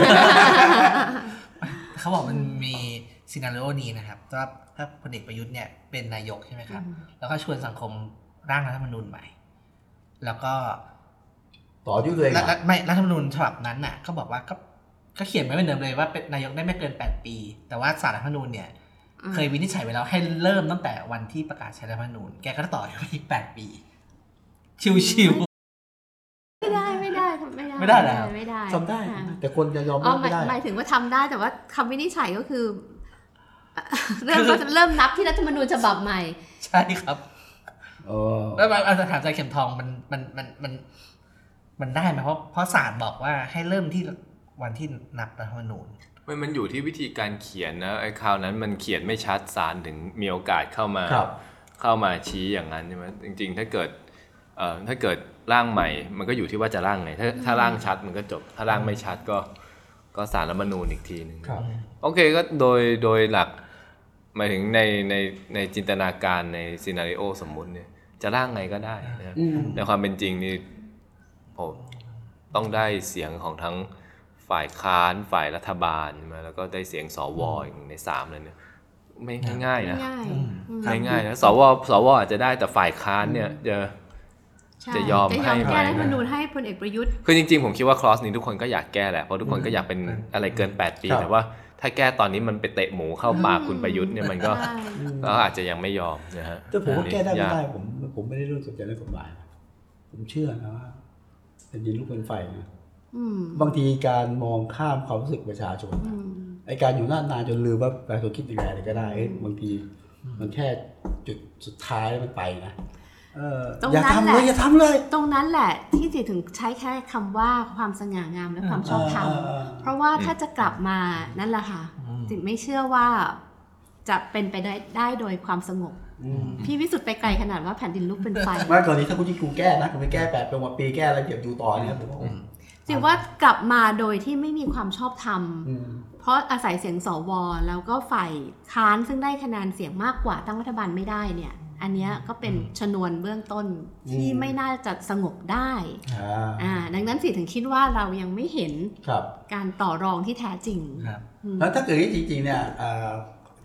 เขาบอกมันมีซีนาริโอนี้นะครับว่าถ้าพลเอกประยุทธ์เนี่ยเป็นนายกใช่ไหมครับแล้วก็ชวนสังคมร่างรัฐธรรมนูญใหม่แล้วก็ต่อยุเลยไม่รัฐธรรมนูญฉบับนั้นน่ะเขาบอกว่าก็ก็เขียนไว้เหมือนเดิมเลยว่าเป็นนายกได้ไม่เกินแปดปีแต่ว่าศาลรัฐธรรมนูญเนี่ยเคยวินิจฉัยไว้แล้วให้เริ่มตั้งแต่วันที่ประกาศใช้รัฐธรรมนูญแกก็ต่ออีกแปดปีชิวๆไม่ได้ไม่ได้ไม่ได้ไม่ได้แล้วไม่ได้ทำได้แต่คนจะยอมไม่ได้หมายถึงว่าทำได้แต่ว่าคำวินิจฉัยก็คือเริ่มก็จะเริ่มนับที่รัฐธรรมนูญฉบับใหม่ใช่ครับแล้วอาจจะถามใจเข็มทองมันมันมันมันมันได้ไหมเพราะเพราะศาลบอกว่าให้เริ่มที่วันที่นับรัฐธรรมนูญมันมันอยู่ที่วิธีการเขียนนะไอ้คราวนั้นมันเขียนไม่ชัดศาลถึงมีโอกาสเข้ามาเข้ามาชี้อย่างนั้นใช่ไหมจริงๆถ้าเกิดเอ่อถ้าเกิดร่างใหม่มันก็อยู่ที่ว่าจะร่างไงถ้าถ้าร่างชัดมันก็จบถ้าร่างไม่ชัดก็ก็ศาลรัฐธรรมนูญอีกทีนึงโอเคก็โดยโดยหลักหมายถึงในในในจินตนาการในซีนาริโอสมมุติเนี่ยจะร่างไงก็ได้นะในความเป็นจริงนี่โอ้ต้องได้เสียงของทั้งฝ่ายค้านฝ่ายรัฐบาลมาแล้วก็ได้เสียงสวในสามเลยเนี่ยไม่ง่ายนะไม่ง่ายนะสวสวอาจจะได้แต่ฝ่ายค้านเนี่ยจะจะยอมให้แก้รัฐธรรมนูญให้พลเอกประยุทธ์คือจริงๆผมคิดว่าคลอสนี้ทุกคนก็อยากแก้แหละเพราะทุกคนก็อยากเป็นอะไรเกินแปดปีแต่ว่าถ้าแก้ตอนนี้มันไปเตะหมูเข้าปากคุณประยุทธ์เนี่ยมันก็ก็อาจจะยังไม่ยอมนะฮะแต่ผมว่าแก้ได้ไม่ได้ผมผมไม่ได้เรื่องสนใจเรื่องกฎหมายผมเชื่อนะว่าเป็นดินลูกเป็นไฟนะบางทีการมองข้ามความรู้สึกประชาชนไอการอยู่นานๆจนลืมว่าประชาชนคิดยังไงอะไรก็ได้บางทีมันแค่จุดสุดท้ายมันไปนะอย่าทำเลยอย่าทำเลยตรงนั้นแหละที่จิถึงใช้แค่คำว่าความสง่างามและความชอบธรรมเพราะว่าถ้าจะกลับมานั่นแหละค่ะจิไม่เชื่อว่าจะเป็นไปได้ได้โดยความสงบพี่วิสุทธ์ไปไกลขนาดว่าแผ่นดินลุกเป็นไฟเมื่อก่อนนี้ถ้าคุณยิ่งกูแก้นะคุณไปแก้แปดเป็นวันปีแก้อะไรเดี๋ยวดูต่อเนี่ยผมว่าจิว่ากลับมาโดยที่ไม่มีความชอบธรรมเพราะอาศัยเสียงสวแล้วก็ฝ่ายค้านซึ่งได้คะแนนเสียงมากกว่าตั้งรัฐบาลไม่ได้เนี่ยอันนี้ก็เป็นชนวนเบื้องต้นที่ไม่น่าจะสงบได้อ่าดังนั้นสิถึงคิดว่าเรายังไม่เห็นการต่อรองที่แท้จริงแล้วถ้าเกิดจริงๆเนี่ย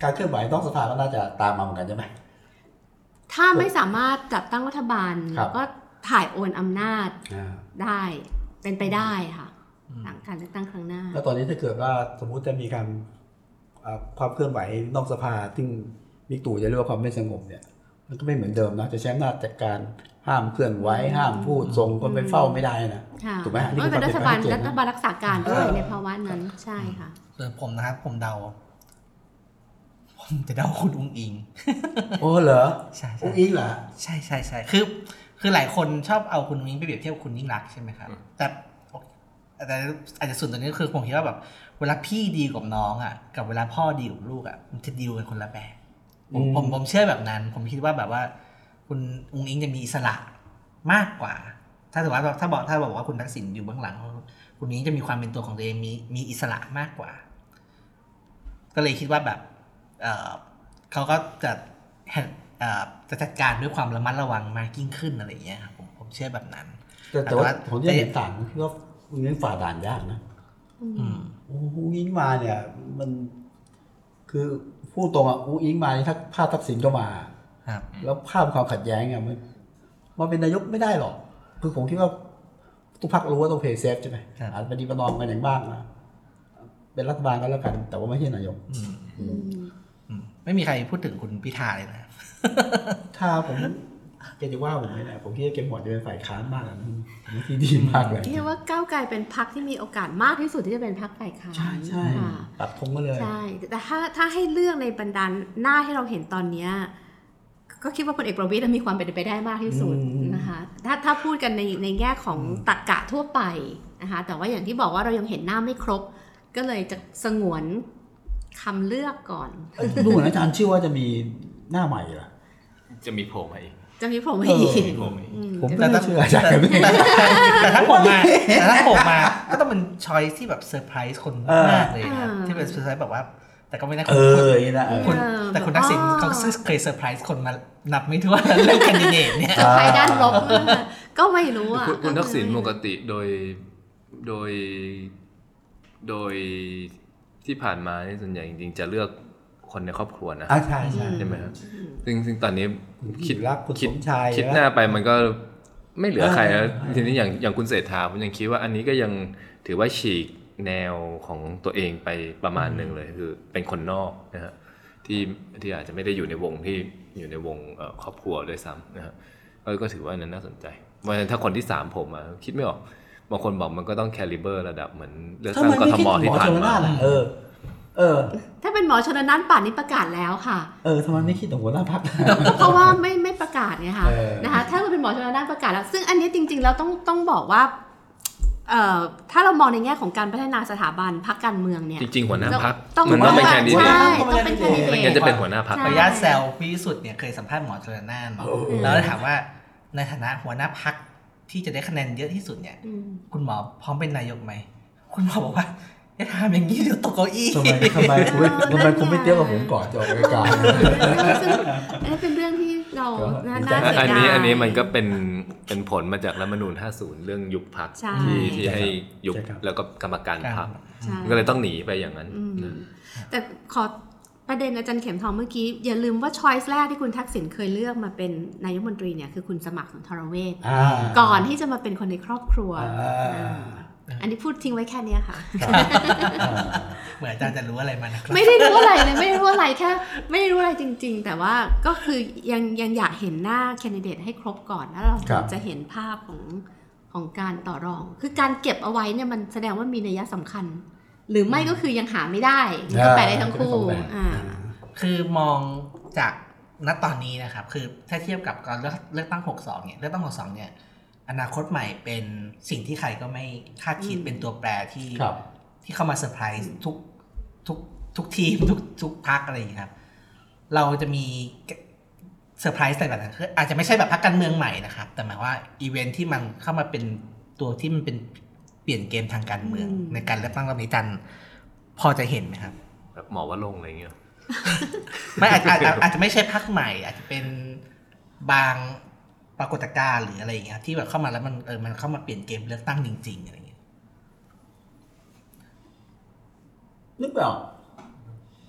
การเคลื่อนไหวนอกสภาก็น่าจะตามมาเหมือนกันใช่ไหมถ้าไม่สามารถจัดตั้งรัฐบาลแล้วก็ถ่ายโอนอำนาจได้เป็นไปได้ค่ะหลังการเลือกตั้งครั้งหน้าแล้วตอนนี้ถ้าเกิดว่าสมมุติจะมีการความเคลื่อนไหวนอกสภาที่บิ๊กตู่จะเรียกว่าความไม่สงบเนี่ยมันก็ไม่เหมือนเดิมนะจะใช้อำนาจจัดการห้ามเคลื่อนไหวห้ามพูดส่งคนไปเฝ้าไม่ได้นะถูกไหมนี่เป็นรัฐบาลรัฐบาลรักษาการด้วยในภาวะนั้นใช่ค่ะส่วนผมนะครับผมเดาผมจะเดาคุณอุ้งอิงโอ้เหรอใช่อุ้งอิงเหรอใช่ใช่ใช่คือคือหลายคนชอบเอาคุณอุ้งอิงไปเปรียบเทียบกับคุณยิ่งรักษณ์ใช่ไหมครับแต่แต่อาจจะส่วนตัวนี้คือผมคิดว่าแบบเวลาพี่ดีกับน้องอ่ะกับเวลาพ่อดีกับลูกอ่ะมันจะดีลกันคนละแบบผมผมผมเชื่อแบบนั้นผมคิดว่าแบบว่าคุณอุ้งอิงจะมีอิสระมากกว่าถ้าถือว่าถ้าบอกถ้าบอกว่าคุณทักษิณอยู่เบื้องหลังคุณอุ้งอิงจะมีความเป็นตัวของตัวเองมีมีอิสระมากกว่าก็เลยคิดว่าแบบเอ่อเขาก็จะเอ่อจะจัดการด้วยความระมัดระวังมากยิ่งขึ้นอะไรอย่างเงี้ยครับผมผมเชื่อแบบนั้นแต่ว่าผมจะเห็นต่างที่ว่าอุ้งอิงฝ่าด่านยากนะอุ้งอิงมาเนี่ยมันคือพูดตรงอ่ะอุ้งอิงมาถ้าภาพทักษิณก็มาแล้วภาพความขัดแย้งเนี่ยมันมันเป็นนายกไม่ได้หรอกคือผมคิดว่าทุกพรรครู้ว่าต้องเพย์เซฟใช่ไหมอาจจะดีประนอมกันอย่างบ้างนะเป็นรัฐบาลก็แล้วกันแต่ว่าไม่ใช่นายกไม่มีใครพูดถึงคุณพิธาเลยนะถ้าผมแกจะว่าผมไม่ได้ผมคิดว่าแกหมดจะเป็นฝ่ายค้านมากนะที่ดีมากเลยคิดว่าก้าวไกลเป็นพรรคที่มีโอกาสมากที่สุดที่จะเป็นพรรคฝ่ายค้านใช่ใช่ตัดธงมาเลยใช่แต่ถ้าถ้าให้เลือกในบรรดาหน้าที่เราเห็นตอนนี้ก็คิดว่าพลเอกประวิตรมีความเป็นไปได้มากที่สุดนะคะถ้าถ้าพูดกันในในแง่ของตรรกะทั่วไปนะคะแต่ว่าอย่างที่บอกว่าเรายังเห็นหน้าไม่ครบก็เลยจะสงวนคำเลือกก่อนดูเหมือนอาจารย์เชื่อว่าจะมีหน้าใหม่เหรอจะมีโผล่มาอีกจะมีโผล่มาอีกผมไม่เชื่ออาจารย์แต่ถ้าผมมาแต่ถ้าผมมาก็ต้องเป็นช้อยที่แบบเซอร์ไพรส์คนมากเลยนะที่เป็นเซอร์ไพรส์แบบว่าแต่ก็ไม่น่าคุณแต่คุณทักษิณเขาเคยเซอร์ไพรส์คนมานับไม่ถ้วนเรื่องแคนดิเดตเนี่ยใครด้านลบก็ไม่รู้อ่ะคุณทักษิณปกติโดยโดยโดยที่ผ่านมานี่ส่วนใหญ่จริงๆจะเลือกคนในครอบครัวนะใช่ใช่ใช่ไหมครับซึ่งซึ่งตอนนี้คิดรักคุณสมชายคิดหน้าไปมันก็ไม่เหลือใครแล้วทีนี้อย่างอย่างคุณเศรษฐาผมยังคิดว่าอันนี้ก็ยังถือว่าฉีกแนวของตัวเองไปประมาณหนึ่งเลยคือเป็นคนนอกนะฮะที่ที่อาจจะไม่ได้อยู่ในวงที่อยู่ในวงครอบครัวด้วยซ้ำนะฮะก็ถือว่านั้นน่าสนใจเพราะฉะนั้นถ้าคนที่สามผมอ่ะคิดไม่ออกบางคนบอกมันก็ต้องแคลิเบอร์ระดับเหมือนเลือกตั้งกทมที่ผ่านมาเออเออถ้าเป็นหมอชนน่านป่านนี้ประกาศแล้วค่ะเออทำไมไม่คิดถึงหัวหน้าพรรคเพราะว่าไม่ไม่ประกาศไงคะนะคะถ้าเป็นหมอชนน่านประกาศแล้วซึ่งอันนี้จริงๆแล้วต้องต้องบอกว่าเอ่อถ้าเรามองในแง่ของการพัฒนาสถาบันพรรคการเมืองเนี่ยจริงๆหัวหน้าพรรคมันต้องเป็นแคนดิเดตต้องเป็นแคนดิเดตไม่งั้นจะเป็นหัวหน้าพรรคขออนุญาตแซวพี่วิสุทธิ์เนี่ยเคยสัมภาษณ์หมอชนน่านแล้วถามว่าในฐานะหัวหน้าพรรคที่จะได้คะแนนเยอะที่สุดเนี่ยคุณหมอพร้อมเป็นนายกไหมคุณหมอบอกว่าจะทำอย่างนี้เดี๋ยวตกเก้าอี้ทำไมทำไมคุณทำไมคุณไม่เตี้ยกับผมก่อนจะออกรายการอันนี้เป็นเรื่องที่เราน่าเสียดายอันนี้อันนี้มันก็เป็นเป็นผลมาจากรัฐธรรมนูญห้าสิบเรื่องยุบพรรคที่ที่ให้ยุบแล้วก็กรรมการพรรคก็เลยต้องหนีไปอย่างนั้นแต่ขอประเด็นอาจารย์เข็มทองเมื่อกี้อย่าลืมว่าช้อยส์แรกที่คุณทักษิณเคยเลือกมาเป็นนายกรัฐมนตรีเนี่ยคือคุณสมัครสุนทรเวชก่อนที่จะมาเป็นคนในครอบครัวอันนี้พูดทิ้งไว้แค่นี้ค่ะเหมือนอาจารย์จะรู้อะไรมานะครับไม่ได้รู้อะไรเลยไม่ได้รู้อะไรแค่ไม่ได้รู้อะไรจริงๆแต่ว่าก็คือยังยังอยากเห็นหน้าแคนดิเดตให้ครบก่อนแล้วเราจะเห็นภาพของของการต่อรองคือการเก็บเอาไว้เนี่ยมันแสดงว่ามีนัยสำคัญหรือไม่ก็คือยังหาไม่ได้ก็แปลได้ทั้งคู่คือมองจากณตอนนี้นะครับคือถ้าเทียบกับการเลือกเลือกตั้งหกสิบสองเนี่ยเลือกตั้งหกสิบสองเนี่ยอนาคตใหม่เป็นสิ่งที่ใครก็ไม่คาดคิดเป็นตัวแปรที่ที่เข้ามาเซอร์ไพรส์ทุกทุกทุกทีมทุกทุกพรรคอะไรอย่างนี้ครับเราจะมีเซอร์ไพรส์อะไรแบบนั้นคืออาจจะไม่ใช่แบบพรรคการเมืองใหม่นะครับแต่หมายว่าอีเวนท์ที่มันเข้ามาเป็นตัวที่มันเป็นเปลี่ยนเกมทางการเมืองในการเลือกตั้งรอบนี้จันพอจะเห็นไหมครับแบบหมอว่าลงอะไรเงี้ยไม่อาจจะอาจจะไม่ใช่พรรคใหม่อาจจะเป็นบางปรากฏการณ์หรืออะไรอย่างเงี้ยที่แบบเข้ามาแล้วมันเออมันเข้ามาเปลี่ยนเกมเลือกตั้งจริงๆอะไรอย่างเงี้ยนึกไม่ออก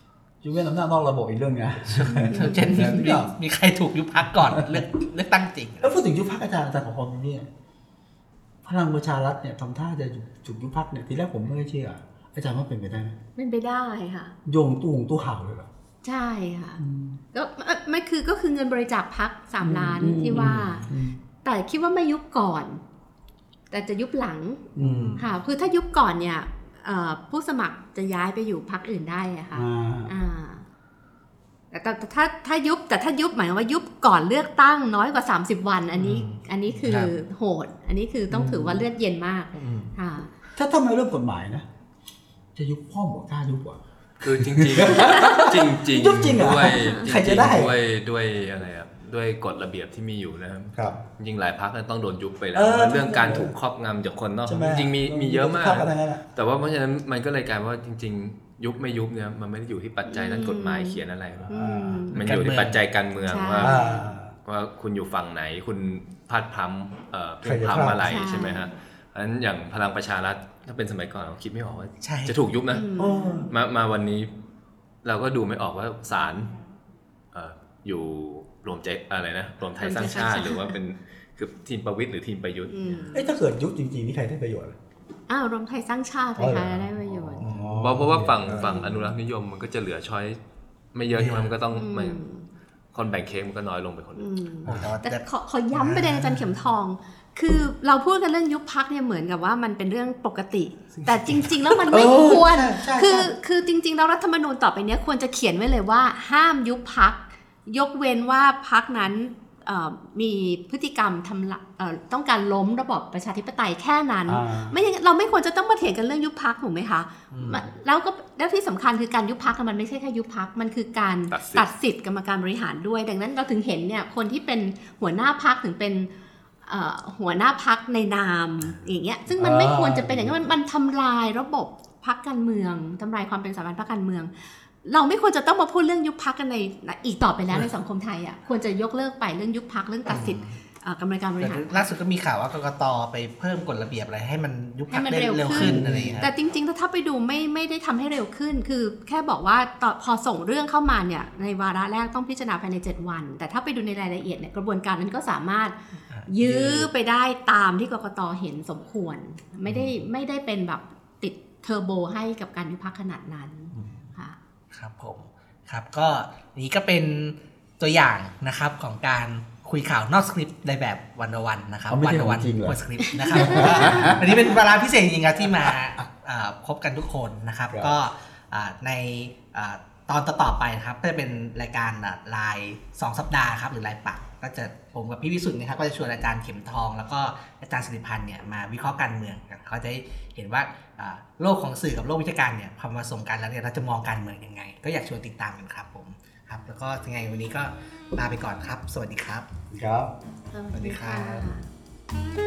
ยุบเว้นอำนาจนอกระบบอีกเรื่องนะเช่นมีมีใครถูกยุบพรรคก่อนเลือกเลือกตั้งจริงแล้วพูดถึงยุบพรรคอาจารย์อาจารย์ของผมเนี่ยพลังประชารัฐเนี่ยทำท่าจะถูกยุบพรรคเนี่ยทีแรกผมไม่ค่อยเชื่ออาจารย์ว่าเป็นไปได้ไหมเป็นไปได้ค่ะโยงตู้หงตู้ห่าวเลยเหรอใช่ค่ะก็ไม่คือก็คือเงินบริจาคพรรคสามล้านที่ว่า แต่คิดว่าไม่ยุบก่อน แต่จะยุบหลังค่ะคือถ้ายุบก่อนเนี่ยผู้สมัครจะย้ายไปอยู่พรรคอื่นได้อะค่ะแต่แต่ถ้าถ้ายุบแต่ถ้ายุบหมายว่ายุบก่อนเลือกตั้งน้อยกว่าสามสิบวันอันนี้อันนี้คือโหดอันนี้คือต้องถือว่าเลือดเย็นมากค่ะถ้าทำในเรื่องกฎหมายนะจะยุบพ่อหมดกล้ายุบกว่าคือจริงจริงจริงจริงยุบจริงเหรอด้วยใครจะได้ด้วยด้วยอะไรอ่ะด้วยกฎระเบียบที่มีอยู่นะครับจริงหลายพรรคต้องโดนยุบไปแล้วเรื่องการถูกครอบงำจากคนนอกจริงมีมีเยอะมากแต่ว่าเพราะฉะนั้นมันก็เลยกลายว่าจริงๆยุบไม่ยุบเนี่ยมันไม่ได้อยู่ที่ปัจจัยนั้นกฎหมายเขียนอะไรมันอยู่ที่ปัจจัยการเมืองว่าว่าคุณอยู่ฝั่งไหนคุณพาดพลั้งเอ่อเพ่งพลั้งอะไรใช่ไหมฮะอันนั้นอย่างพลังประชารัฐถ้าเป็นสมัยก่อนเราคิดไม่ออกว่าจะถูกยุบนะมามาวันนี้เราก็ดูไม่ออกว่าศาลเอ่ออยู่รวมใจอะไรนะรวมไทยสร้างชาติหรือว่าเป็นคือทีมประวิตรหรือทีมประยุทธ์เอ้ยถ้าเกิดยุบจริงๆนี่ใครได้ประโยชน์อ้าวรวมไทยสร้างชาติใครได้ประโยชน์เพราะเพราะว่าฝั่งฝั่งอนุรักษ์นิยมมันก็จะเหลือช้อยไม่เยอะใช่ไหมมันก็ต้องมันคนแบ่งเค้กมันก็น้อยลงไปคนแต่ขอขอย้ำประเด็นอาจารย์เข็มทองคือเราพูดกันเรื่องยุบพรรคเนี่ยเหมือนกับว่ามันเป็นเรื่องปกติแต่จริงๆแล้วมันไม่ควรคือคือจริงๆแล้วรัฐธรรมนูญต่อไปนี้ควรจะเขียนไว้เลยว่าห้ามยุบพรรคยกเว้นว่าพรรคนั้นมีพฤติกรรมทำต้องการล้มระบอบประชาธิปไตยแค่นั้นไม่เราไม่ควรจะต้องมาเถียงกันเรื่องยุบพรรคถูกไหมคะแล้วก็แล้วที่สำคัญคือการยุบพรรคมันไม่ใช่แค่ยุบพรรคมันคือการตัดสิทธิ์กรรมการบริหารด้วยดังนั้นเราถึงเห็นเนี่ยคนที่เป็นหัวหน้าพรรคถึงเป็นหัวหน้าพรรคในนามอย่างเงี้ยซึ่งมันไม่ควรจะเป็นอย่างนั้นมันทำลายระบบพรรคการเมืองทำลายความเป็นสถาบันพรรคการเมืองเราไม่ควรจะต้องมาพูดเรื่องยุบพรรคกันในอีกต่อไปแล้วในสังคมไทยอ่ะควรจะยกเลิกไปเรื่องยุบพรรคเรื่องตัดสิทธิ์กรรมการบริหารล่าสุดก็มีข่าวว่ากกต.ไปเพิ่มกฎระเบียบอะไรให้มันยุบพรรคได้เร็วขึ้นอะไรอย่างเงี้ยแต่จริงๆถ้าไปดูไม่ไม่ได้ทำให้เร็วขึ้นคือแค่บอกว่าพอส่งเรื่องเข้ามาเนี่ยในวาระแรกต้องพิจารณาภายในเจ็ดวันแต่ถ้าไปดูในรายละเอียดเนี่ยกระบวนการนั้นก็สามารถยื้อไปได้ตามที่กกต.เห็นสมควรไม่ได้ไม่ได้เป็นแบบติดเทอร์โบให้กับการยุบพรรคขนาดนั้นค่ะครับผมครับก็นี้ก็เป็นตัวอย่างนะครับของการคุยข่าวนอกสคริปต์ในแบบวันต่อวันนะครับวันต่อวันบนสคริปต์นะครับวันนี้เป็นเวลาพิเศษจริงๆครับที่มาพบกันทุกคนนะครับก็ในตอนต่อๆไปครับก็จะเป็นรายการรายสองสัปดาห์ครับหรือรายปักก็จะผมกับพี่วิสุทธิ์นะครับก็จะชวนอาจารย์เข็มทองแล้วก็อาจารย์สิริพันธ์เนี่ยมาวิเคราะห์การเมืองเขาจะเห็นว่าโลกของสื่อกับโลกวิชาการเนี่ยพอมาผสมกันแล้วเนี่ยเราจะมองการเมืองยังไงก็อยากชวนติดตามกันครับผมครับแล้วก็ยังไงวันนี้ก็ลาไปก่อนครับสวัสดีครับครับสวัสดีครับ